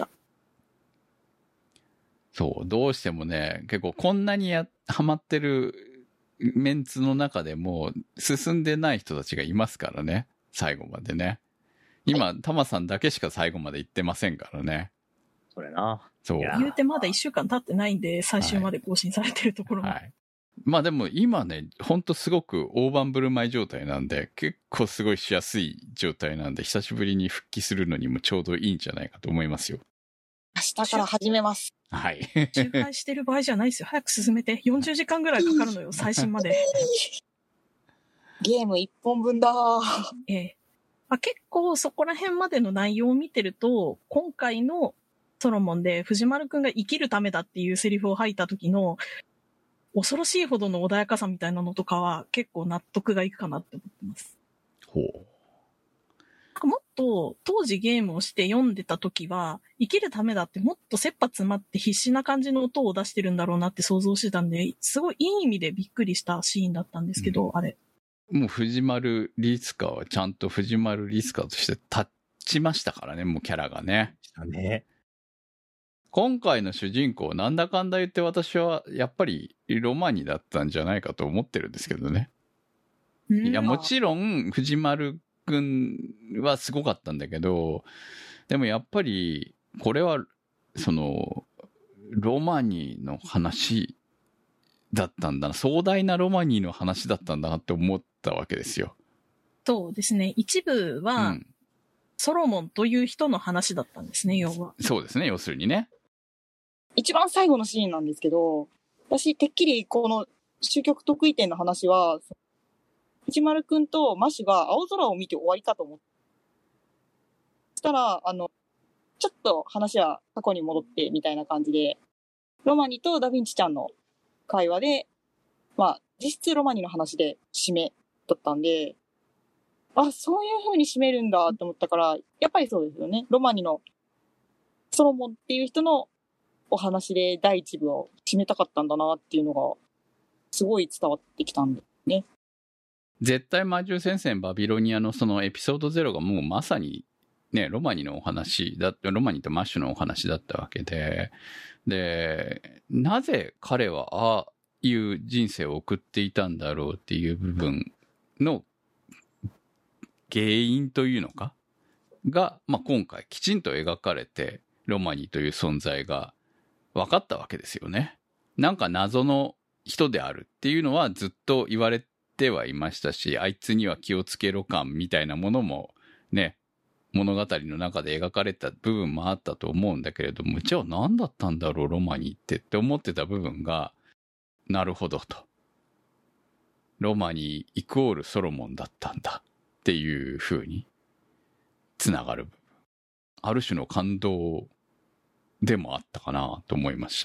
そう、どうしてもね、結構こんなにやハマってるメンツの中でも進んでない人たちがいますからね、最後までね。今、はい、タマさんだけしか最後まで行ってませんからね。 それな。 そう。 言うてまだ一週間経ってないんで、最終まで更新されてるところも。はい。はい、 まあでも今ね、ほんとすごく大盤振る舞い状態なんで、結構すごいしやすい状態なんで、久しぶりに復帰するのにもちょうどいいんじゃないかと思いますよ。 明日から始めます。 はい。 仲介してる場合じゃないですよ。早く進めて。よんじゅうじかんぐらいかかるのよ、最新まで。 ゲームいっぽんぶんだ。 ええ。まあ、結構そこら辺までの内容を見てると、今回のソロモンで藤丸くんが生きるためだっていうセリフを吐いた時の恐ろしいほどの穏やかさみたいなのとかは結構納得がいくかなって思ってます。 ほう。 もっと当時ゲームをして読んでた時は生きるためだってもっと切羽詰まって必死な感じの音を出してるんだろうなって想像してたんで、すごいいい意味でびっくりしたシーンだったんですけど、うん、あれ。 もう藤丸リスカはちゃんと藤丸リスカとして立ちましたからね、もうキャラがね。 ね。 今回の主人公、なんだかんだ言って私はやっぱりロマニだったんじゃないかと思ってるんですけどね。いや、もちろん藤丸くんはすごかったんだけど、でもやっぱりこれはそのロマニの話だったんだな、壮大なロマニの話だったんだなって思ったわけですよ。 そうですね。一部は、うん、ソロモンという人の話だったんですね、要は。 そうですね、要するにね。 一番最後のシーンなんですけど、私、てっきりこの終局得意点の話は、藤丸くんとマシュが青空を見て終わりかと思って。そしたら、あの、ちょっと話は過去に戻ってみたいな感じで、 ロマニとダヴィンチちゃんの会話で、まあ、実質ロマニの話で締めだったんで、あ、そういう風に締めるんだって思ったから、やっぱりそうですよね。ロマニのソロモンっていう人のお話で第一部を締めたかったんだなっていうのが、すごい伝わってきたんですね。 絶対魔獣戦線バビロニアのそのエピソードゼロがもうまさにね、ロマニのお話だって、ロマニとマッシュのお話だったわけで、で、なぜ彼はああいう人生を送っていたんだろうっていう部分の原因というのかが、まあ、今回きちんと描かれて、ロマニという存在が分かったわけですよね。なんか謎の人であるっていうのはずっと言われてはいましたし、あいつには気をつけろ感みたいなものもね、物語の中で描かれた部分もあったと思うんだけれども、じゃあ何だったんだろうロマニってって思ってた部分が、なるほどと。ロマニイコールソロモンだったんだっていう風につながる部分。ある種の感動でもあったかなと思いました。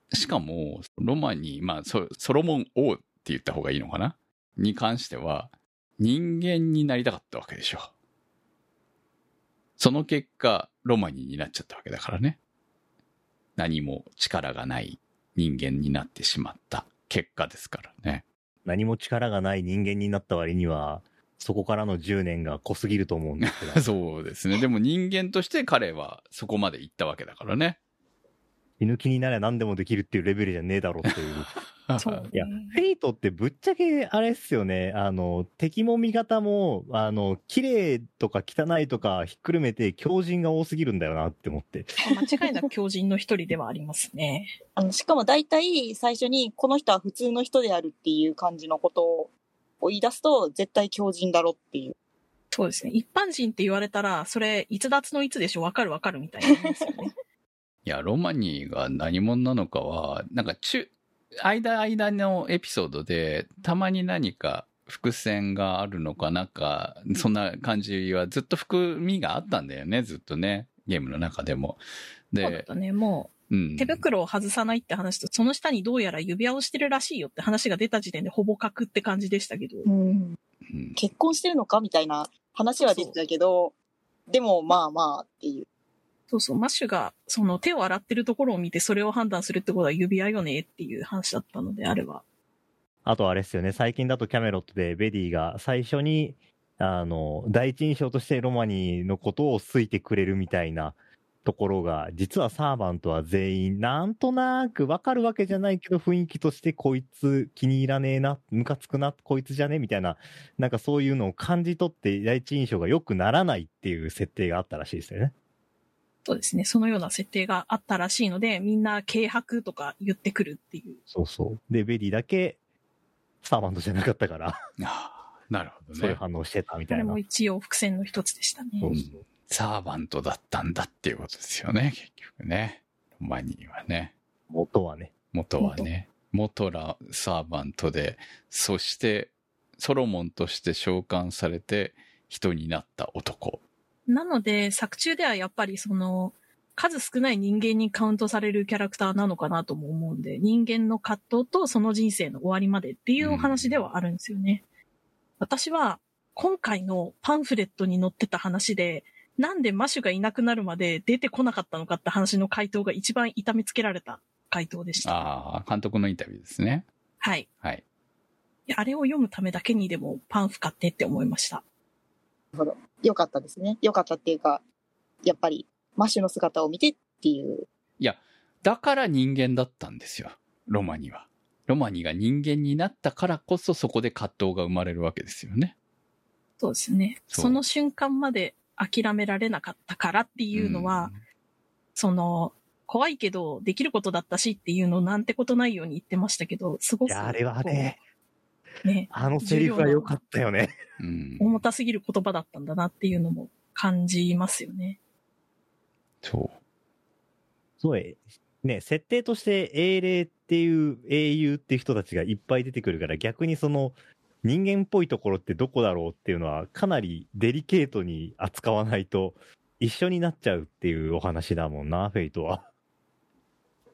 しかも、ロマニ、まあソ、ソロモン王って言った方がいいのかなに関しては、人間になりたかったわけでしょ。その結果、ロマニになっちゃったわけだからね。何も力がない人間になってしまった結果ですからね。 何も力がない人間になった割には、そこからのじゅうねんが濃すぎると思うんですけど。 そうですね。でも人間として彼はそこまで行ったわけだからね。 居抜きになれば何でもできるっていうレベルじゃねえだろっていう。 そういや、フェイトってぶっちゃけあれっすよね。あの、敵も味方も、あの、綺麗とか汚いとかひっくるめて強靭が多すぎるんだよなって思って。 間違いなく強靭の一人ではありますね。 あの、しかも大体最初にこの人は普通の人であるっていう感じのことを言い出すと絶対強靭だろっていう。 そうですね。一般人って言われたら、それ、逸脱のいつでしょわかるわかるみたいなんですよね。 いや、ロマニーが何者なのかは、なんか中、間間のエピソードで、たまに何か伏線があるのかなんか、そんな感じはずっと含みがあったんだよね、ずっとね。ゲームの中でも。で、 そうだったね。もう、うん、手袋を外さないって話と、その下にどうやら指輪をしてるらしいよって話が出た時点でほぼ確って感じでしたけど。 うんうん、結婚してるのかみたいな話は出てたけど、でもまあまあっていう。 そうそう、マッシュがその手を洗ってるところを見てそれを判断するってことは指輪よねっていう話だったのであれば。 あとあれですよね、最近だとキャメロットでベディが最初に、あの、第一印象としてロマニーのことを好いてくれるみたいなところが、実はサーバントは全員なんとなくわかるわけじゃないけど雰囲気としてこいつ気に入らねえな、ムカつくな、こいつじゃねみたいな、なんかそういうのを感じ取って第一印象が良くならないっていう設定があったらしいですよね。 そうですね。そのような設定があったらしいので、みんな軽薄とか言ってくるっていう。 そうそう。で、ベディだけサーバントじゃなかったから。ああ、なるほどね。 そういう反応してたみたいな。 これも一応伏線の一つでしたね。 そうそう。サーバントだったんだっていうことですよね、結局ね。ロマニーはね。 元はね。 元はね。元らサーバントで、そしてソロモンとして召喚されて人になった男。 なので、作中ではやっぱりその、数少ない人間にカウントされるキャラクターなのかなとも思うんで、人間の葛藤とその人生の終わりまでっていうお話ではあるんですよね。うん、私は、今回のパンフレットに載ってた話で、なんでマシュがいなくなるまで出てこなかったのかって話の回答が一番痛めつけられた回答でした。 ああ、監督のインタビューですね。 はい。 はい。 いや、あれを読むためだけにでもパンフ買ってって思いました。 なるほど。よかったですね。よかったっていうか、やっぱりマシュの姿を見てっていう。 いや、だから人間だったんですよ。ロマニは。ロマニが人間になったからこそそこで葛藤が生まれるわけですよね。 そうですね。そ, その瞬間まで諦められなかったからっていうのは、うん、その、怖いけどできることだったしっていうのをなんてことないように言ってましたけど、すごく。いや、あれはね。 ね、 あのセリフは良かったよね。 うん、 重たすぎる言葉だったんだなっていうのも感じますよね。 そう。 そうね、設定として英霊っていう英雄っていう人たちがいっぱい出てくるから、逆にその人間っぽいところってどこだろうっていうのはかなりデリケートに扱わないと一緒になっちゃうっていうお話だもんな、フェイトは。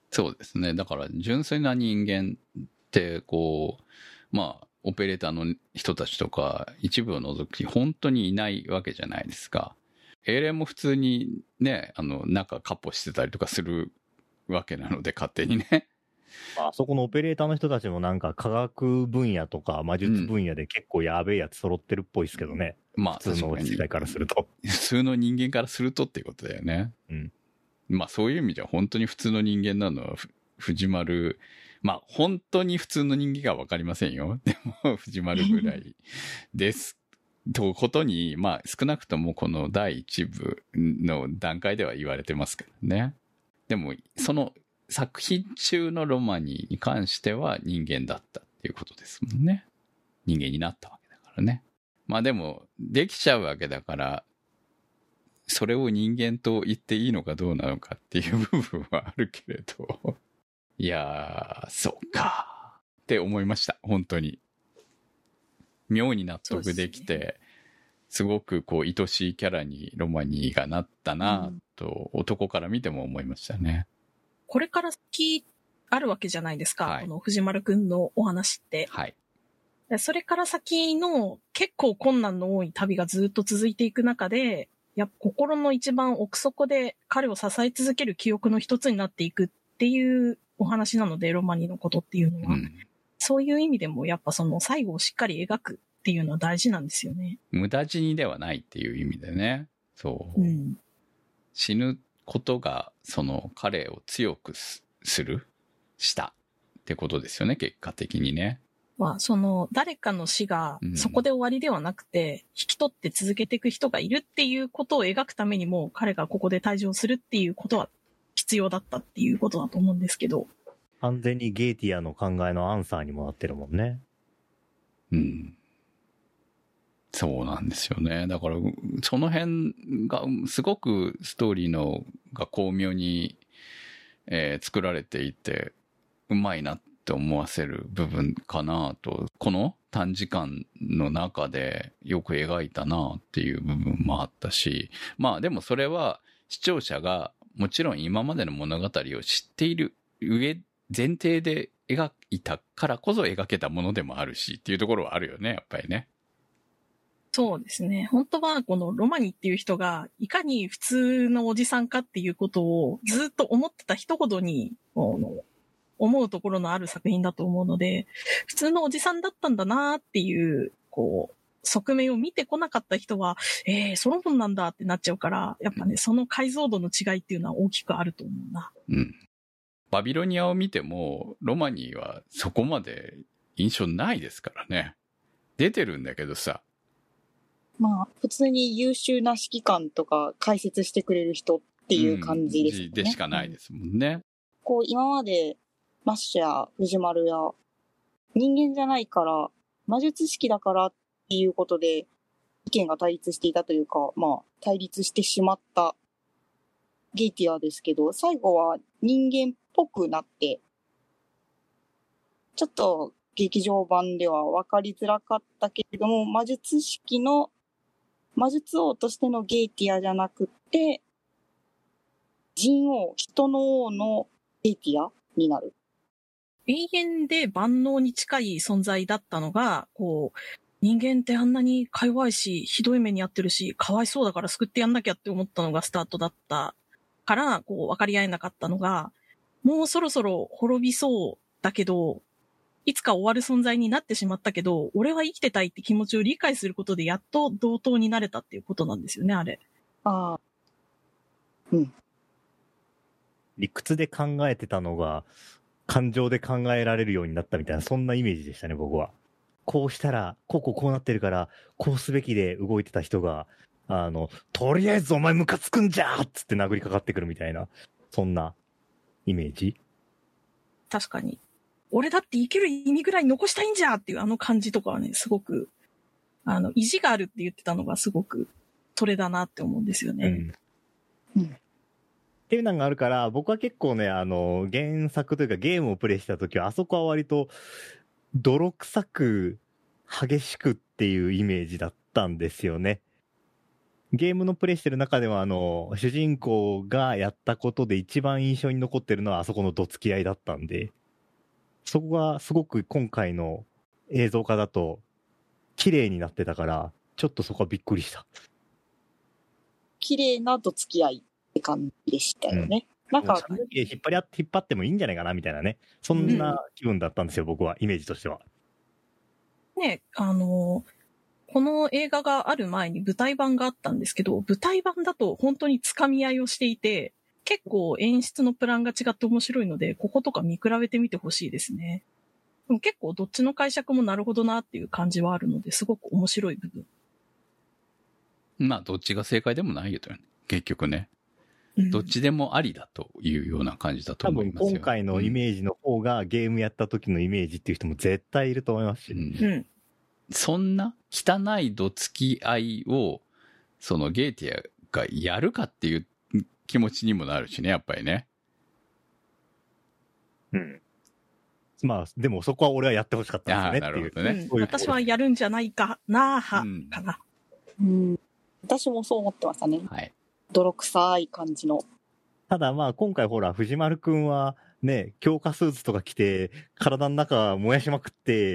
そうですね。だから純粋な人間ってこうまあオペレーターの人たちとか一部を除き本当にいないわけじゃないですか。英霊も普通にね、あの中カッポしてたりとかするわけなので勝手にね。 あそこのオペレーターの人たちもなんか科学分野とか魔術分野で結構やべえやつ揃ってるっぽいですけどね。 まあ普通の世代からすると。 普通の人間からするとっていうことだよね。 うん。 まあそういう意味では本当に普通の人間なのは藤丸、まあ本当に普通の人間がわかりませんよ。でも藤丸ぐらいです。とことに、まあ少なくともこのだいいち部の段階では言われてますけどね。でもその作品中のロマニーに関しては人間だったっていうことですもんね。人間になったわけだからね。まあでもできちゃうわけだから、それを人間と言っていいのかどうなのかっていう部分はあるけれど、いやー、そうかって思いました。本当に。妙に納得できて、すごくこう愛しいキャラにロマニーがなったなと、うん、男から見ても思いましたね。 これから先あるわけじゃないですか、 はい、 この藤丸くんのお話って。 はい。 それから先の結構困難の多い旅がずっと続いていく中で、やっぱ心の一番奥底で彼を支え続ける記憶の一つになっていくっていうお話なので、ロマニーのことっていうのは、うん、そういう意味でもやっぱその最後をしっかり描くっていうのは大事なんですよね。 無駄死にではないっていう意味でね。そう。うん、死ぬことがその彼を強くするしたってことですよね、結果的にね。 まあ、その誰かの死がそこで終わりではなくて、うん、引き取って続けていく人がいるっていうことを描くためにも、彼がここで退場するっていうことは必要だったっていうことだと思うんですけど。 完全にゲーティアの考えのアンサーにもなってるもんね。 うん。そうなんですよね。だからその辺がすごくストーリーのが巧妙に、えー、作られていてうまいなって思わせる部分かなと、この短時間の中でよく描いたなっていう部分もあったし、まあでもそれは視聴者がもちろん今までの物語を知っている上前提で描いたからこそ描けたものでもあるしっていうところはあるよね、やっぱりね。 そうですね。本当はこのロマニっていう人がいかに普通のおじさんかっていうことをずっと思ってた人ほどに思うところのある作品だと思うので、普通のおじさんだったんだなっていうこう側面を見てこなかった人は、えー、ソロモンなんだってなっちゃうから、やっぱね、その解像度の違いっていうのは大きくあると思うな。 うん。バビロニアを見てもロマニーはそこまで印象ないですからね。出てるんだけどさ。 まあ、普通に優秀な指揮官とか解説してくれる人っていう感じですね。うん、 でしかないですもんね。 こう、今まで、マッシュや藤丸や、人間じゃないから、魔術師だからっていうことで、意見が対立していたというか、まあ、対立してしまったゲイティアですけど、最後は人間っぽくなって、ちょっと劇場版では分かりづらかったけれども、魔術式の魔術王としてのゲイティアじゃなくて、人王、人の王のゲイティアになる。 永遠で万能に近い存在だったのが、こう、人間ってあんなにか弱いし、ひどい目に遭ってるし、かわいそうだから救ってやんなきゃって思ったのがスタートだったから、こう、分かり合えなかったのが、もうそろそろ滅びそうだけど、いつか終わる存在になってしまったけど、俺は生きてたいって気持ちを理解することでやっと同等になれたっていうことなんですよね、あれ。 ああ。うん。 理屈で考えてたのが、感情で考えられるようになったみたいな、そんなイメージでしたね、僕は。こうしたら、こうこうこうなってるから、こうすべきで動いてた人が、あの、とりあえずお前ムカつくんじゃーっつって殴りかかってくるみたいな、そんなイメージ。 確かに。俺だって生きる意味ぐらい残したいんじゃっていうあの感じとかはね、すごく、あの、意地があるって言ってたのがすごく、それだなって思うんですよね。 うん。うん、っていうのがあるから、僕は結構ね、あの、原作というかゲームをプレイしたときは、あそこは割と、泥臭く、激しくっていうイメージだったんですよね。 ゲームのプレイしてる中では、あの、主人公がやったことで一番印象に残ってるのはあそこのどつき合いだったんで、そこがすごく今回の映像化だと綺麗になってたから、ちょっとそこはびっくりした。 綺麗など付き合いって感じでしたよね。うん、なんか、 髪の毛引っ張り合って引っ張ってもいいんじゃないかなみたいなね。そんな気分だったんですよ、うん、僕は、イメージとしては。 ね、あの、この映画がある前に舞台版があったんですけど、舞台版だと本当につかみ合いをしていて、結構演出のプランが違って面白いので、こことか見比べてみてほしいですね。でも結構どっちの解釈もなるほどなっていう感じはあるので、すごく面白い部分。 まあ、どっちが正解でもないよね。結局ね。どっちでもありだというような感じだと思いますよ。 多分今回のイメージの方がゲームやった時のイメージっていう人も絶対いると思いますし、ね。 うんうんそんな汚いどつき合いを、そのゲーティアがやるかっていう気持ちにもなるしね、やっぱりね。 うん。まあ、でもそこは俺はやってほしかったですねっていう。 なるほどね、 うん。私はやるんじゃないかなは、うん、かな。 うん。私もそう思ってましたね。 はい。 泥臭い感じの。 ただまあ今回ほら、藤丸くんは、ね、強化スーツとか着て、体の中燃やしまくって、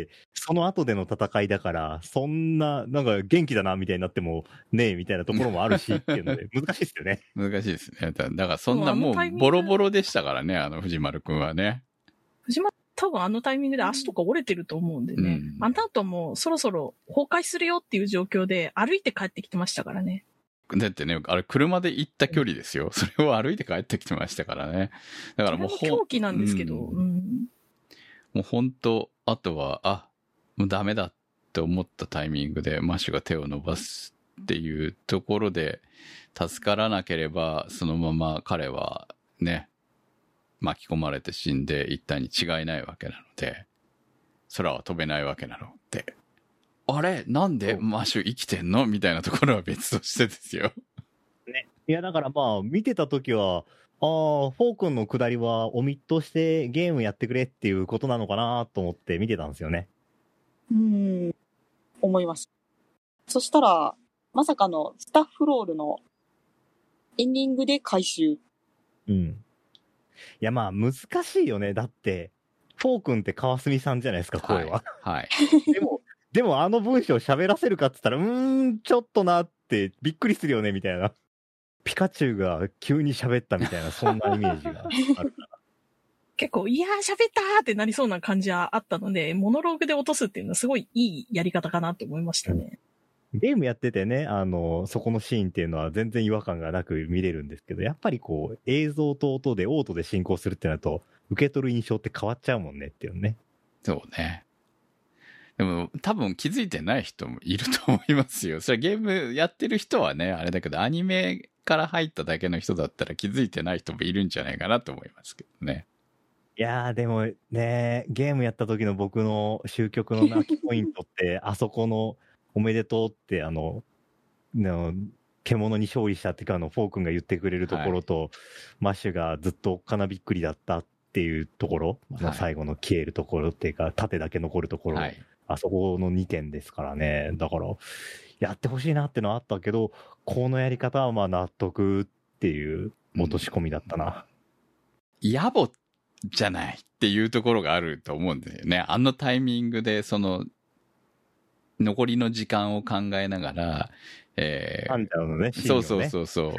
その後での戦いだから、そんな、なんか元気だな、みたいになっても、ねえ、みたいなところもあるし、っていうので、難しいですよね。 難しいですね。だからそんなもう、ボロボロでしたからね、あの藤丸くんはね。 藤丸、多分あのタイミングで足とか折れてると思うんでね。うん、あの後もうそろそろ崩壊するよっていう状況で、歩いて帰ってきてましたからね。 だってね、あれ車で行った距離ですよ。それを歩いて帰ってきてましたからね。だからもうほん、 狂気なんですけど、うん、 もう本当、あとは、あ、もうダメだって思ったタイミングでマッシュが手を伸ばすっていうところで、助からなければ、そのまま彼はね、巻き込まれて死んでいったに違いないわけなので、空は飛べないわけなので、あれなんでマッシュ生きてんのみたいなところは別としてですよ。 ね。いや、だからまあ、見てたときは、ああ、フォー君の下りはオミットしてゲームやってくれっていうことなのかなと思って見てたんですよね。 うーん、思います。そしたら、まさかのスタッフロールのエンディングで回収。 うん。いや、まあ、難しいよね。だって、フォー君って川澄さんじゃないですか、声は。 はい。はい、 でも、でもあの文章喋らせるかって言ったら、うーん、ちょっとなってびっくりするよね、みたいな。ピカチュウが急に喋ったみたいな、そんなイメージがあるから。 結構、いやー喋ったーってなりそうな感じはあったので、モノローグで落とすっていうのはすごいいいやり方かなと思いましたね。 うん、ゲームやっててね、あの、そこのシーンっていうのは全然違和感がなく見れるんですけど、やっぱりこう、映像と音でオートで進行するってなると、受け取る印象って変わっちゃうもんねっていうね。 そうね。でも多分気づいてない人もいると思いますよ。それゲームやってる人はね、あれだけどアニメから入っただけの人だったら気づいてない人もいるんじゃないかなと思いますけどね。 いやーでもね、ゲームやった時の僕の終局の泣きポイントって、あそこのおめでとうってあの、の獣に勝利したっていうかあの、フォー君が言ってくれるところと、はい、マッシュがずっとおっかなびっくりだったっていうところ、はい、最後の消えるところっていうか、盾だけ残るところ、はい、あそこのにてんですからね。だから、やってほしいなってのはあったけど、このやり方はまあ納得っていう落とし込みだったな。 うん、野暮じゃないっていうところがあると思うんですよね。あのタイミングで、その、残りの時間を考えながら、えー、 あんちゃんのね、シーンをね。 そうそうそうそう。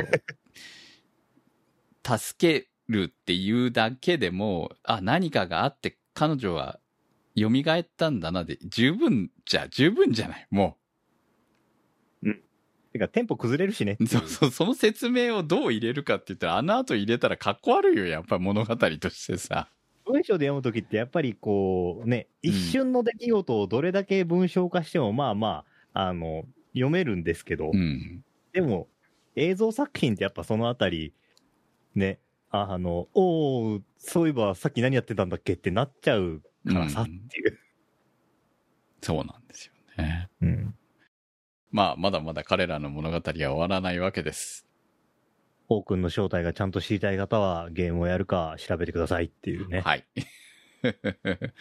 助けるっていうだけでも、あ、何かがあって彼女は蘇ったんだなで、十分じゃ、十分じゃない、もう。うん。てか、テンポ崩れるしね。 そうそう、その説明をどう入れるかって言ったら、あの後入れたらかっこ悪いよ、やっぱ物語としてさ。 文章で読むときってやっぱりこう、ね、一瞬の出来事をどれだけ文章化しても、まあまあ、あの、読めるんですけど、 うん、 でも、映像作品ってやっぱそのあたり、ね、ああの、おー、そういえばさっき何やってたんだっけってなっちゃうからさっていう、うん。 そうなんですよね。 うん。 まあ、まだまだ彼らの物語は終わらないわけです。 フォー君の正体がちゃんと知りたい方はゲームをやるか調べてくださいっていうね。 はい。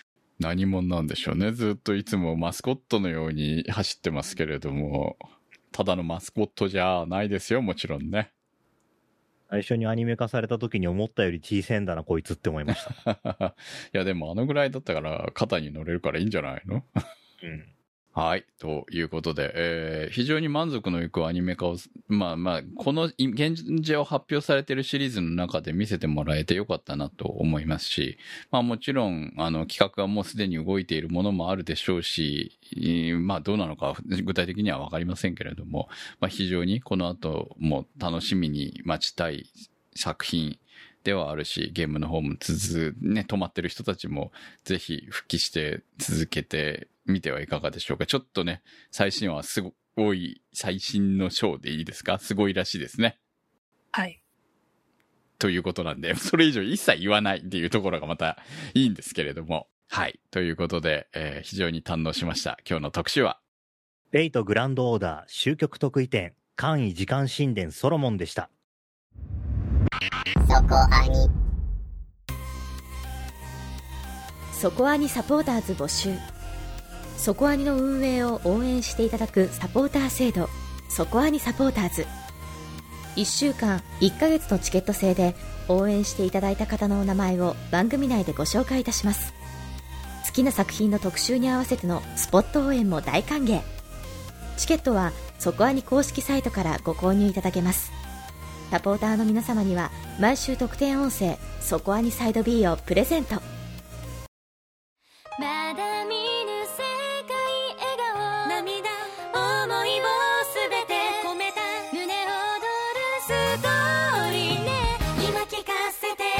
何者なんでしょうね。ずっといつもマスコットのように走ってますけれども、 ただのマスコットじゃないですよ、もちろんね。 最初にアニメ化された時に思ったより小せえんだなこいつって思いました。 いやでもあのぐらいだったから肩に乗れるからいいんじゃないの？ うん。 はい。ということで、えー、非常に満足のいくアニメ化を、まあまあ、この現状発表されているシリーズの中で見せてもらえてよかったなと思いますし、まあもちろん、あの、企画はもうすでに動いているものもあるでしょうし、まあどうなのか具体的にはわかりませんけれども、まあ非常にこの後も楽しみに待ちたい作品ではあるし、ゲームの方も続ね、止まってる人たちもぜひ復帰して続けてみてはいかがでしょうか。ちょっとね、最新話すごい、最新のショーでいいですか？すごいらしいですね。 はい。 ということなんで、それ以上一切言わないっていうところがまたいいんですけれども。はい。ということで、えー、非常に堪能しました。今日の特集は、 フェイトグランドオーダー終局特異点、簡易時間神殿ソロモンでした。 そこアニそこアニサポーターズ募集。そこアニの運営を応援していただくサポーター制度、そこアニサポーターズ。いっしゅうかんいっかげつのチケット制で応援していただいた方のお名前を番組内でご紹介いたします。好きな作品の特集に合わせてのスポット応援も大歓迎。チケットはそこアニ公式サイトからご購入いただけます。サポーターの皆様には毎週特典音声そこアニサイド B をプレゼント。 まだ見ぬ世界笑顔涙思いをすべて込めた胸躍るストーリーね今聞かせて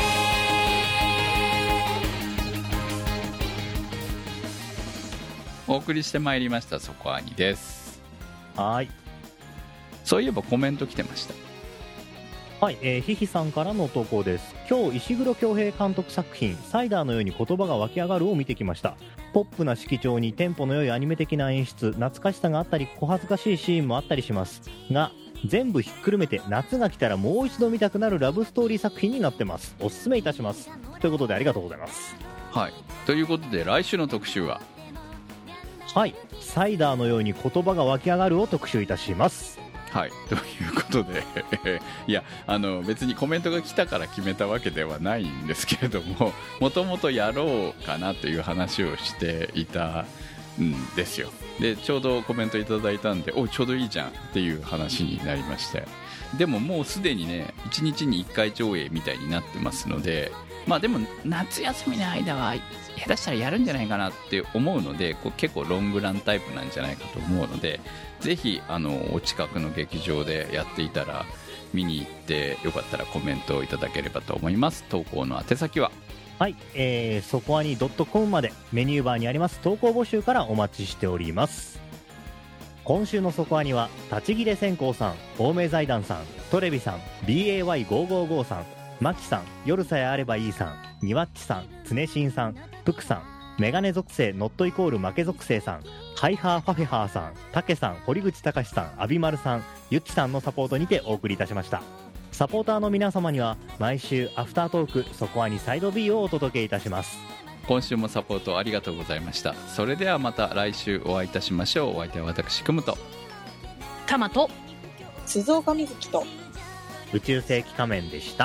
お送りしてまいりましたそこアニです。 はい。 そういえばコメント来てました。 はい、えー、ひひさんからの投稿です。今日石黒恭平監督作品サイダーのように言葉が湧き上がるを見てきました。ポップな色調にテンポの良いアニメ的な演出、懐かしさがあったり小恥ずかしいシーンもあったりしますが、全部ひっくるめて夏が来たらもう一度見たくなるラブストーリー作品になってます。おすすめいたします。ということでありがとうございます。 はい。ということで来週の特集は、 はい、サイダーのように言葉が湧き上がるを特集いたします。 はい。ということでいや、あの別にコメントが来たから決めたわけではないんですけれども、もともとやろうかなという話をしていたんですよ。でちょうどコメントいただいたんで、おちょうどいいじゃんっていう話になりまして、でももうすでにねいちにちにいっかい上映みたいになってますので、まあでも夏休みの間は下手したらやるんじゃないかなって思うので、こう結構ロングランタイプなんじゃないかと思うので、ぜひあのお近くの劇場でやっていたら見に行ってよかったらコメントをいただければと思います。投稿の宛先は、 はい、えー、そこアニ .com までメニューバーにあります投稿募集からお待ちしております。今週のそこアニは立ち切れ線香さん、青梅財団さん、トレビさん、 ビーエーワイごーごーごー さん、マキさん、夜さえあればいいさん、ニワッチさん、つねしんさん、プクさん、メガネ属性ノットイコール負け属性さん、ハイハーファフェハーさん、タケさん、堀口隆さん、アビマルさん、ユッチさんのサポートにてお送りいたしました。サポーターの皆様には毎週アフタートークそこアニサイド B をお届けいたします。 今週もサポートありがとうございました。それではまた来週お会いいたしましょう。お相手は私くむとタマと静岡みずきと宇宙世紀仮面でした。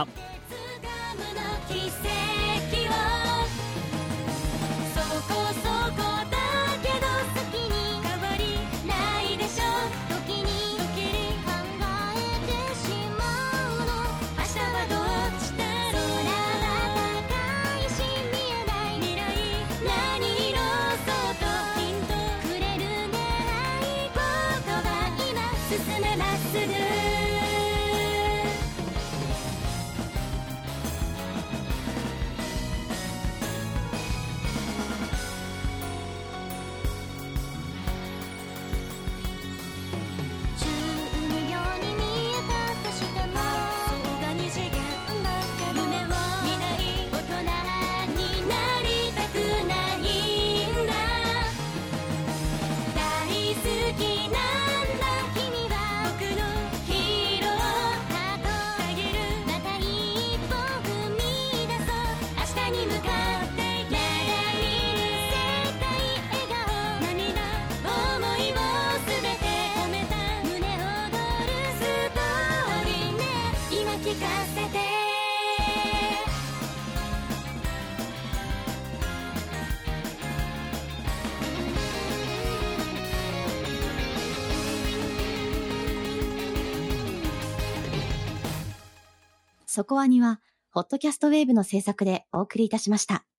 そこアニは、ホットキャストウェーブの制作でお送りいたしました。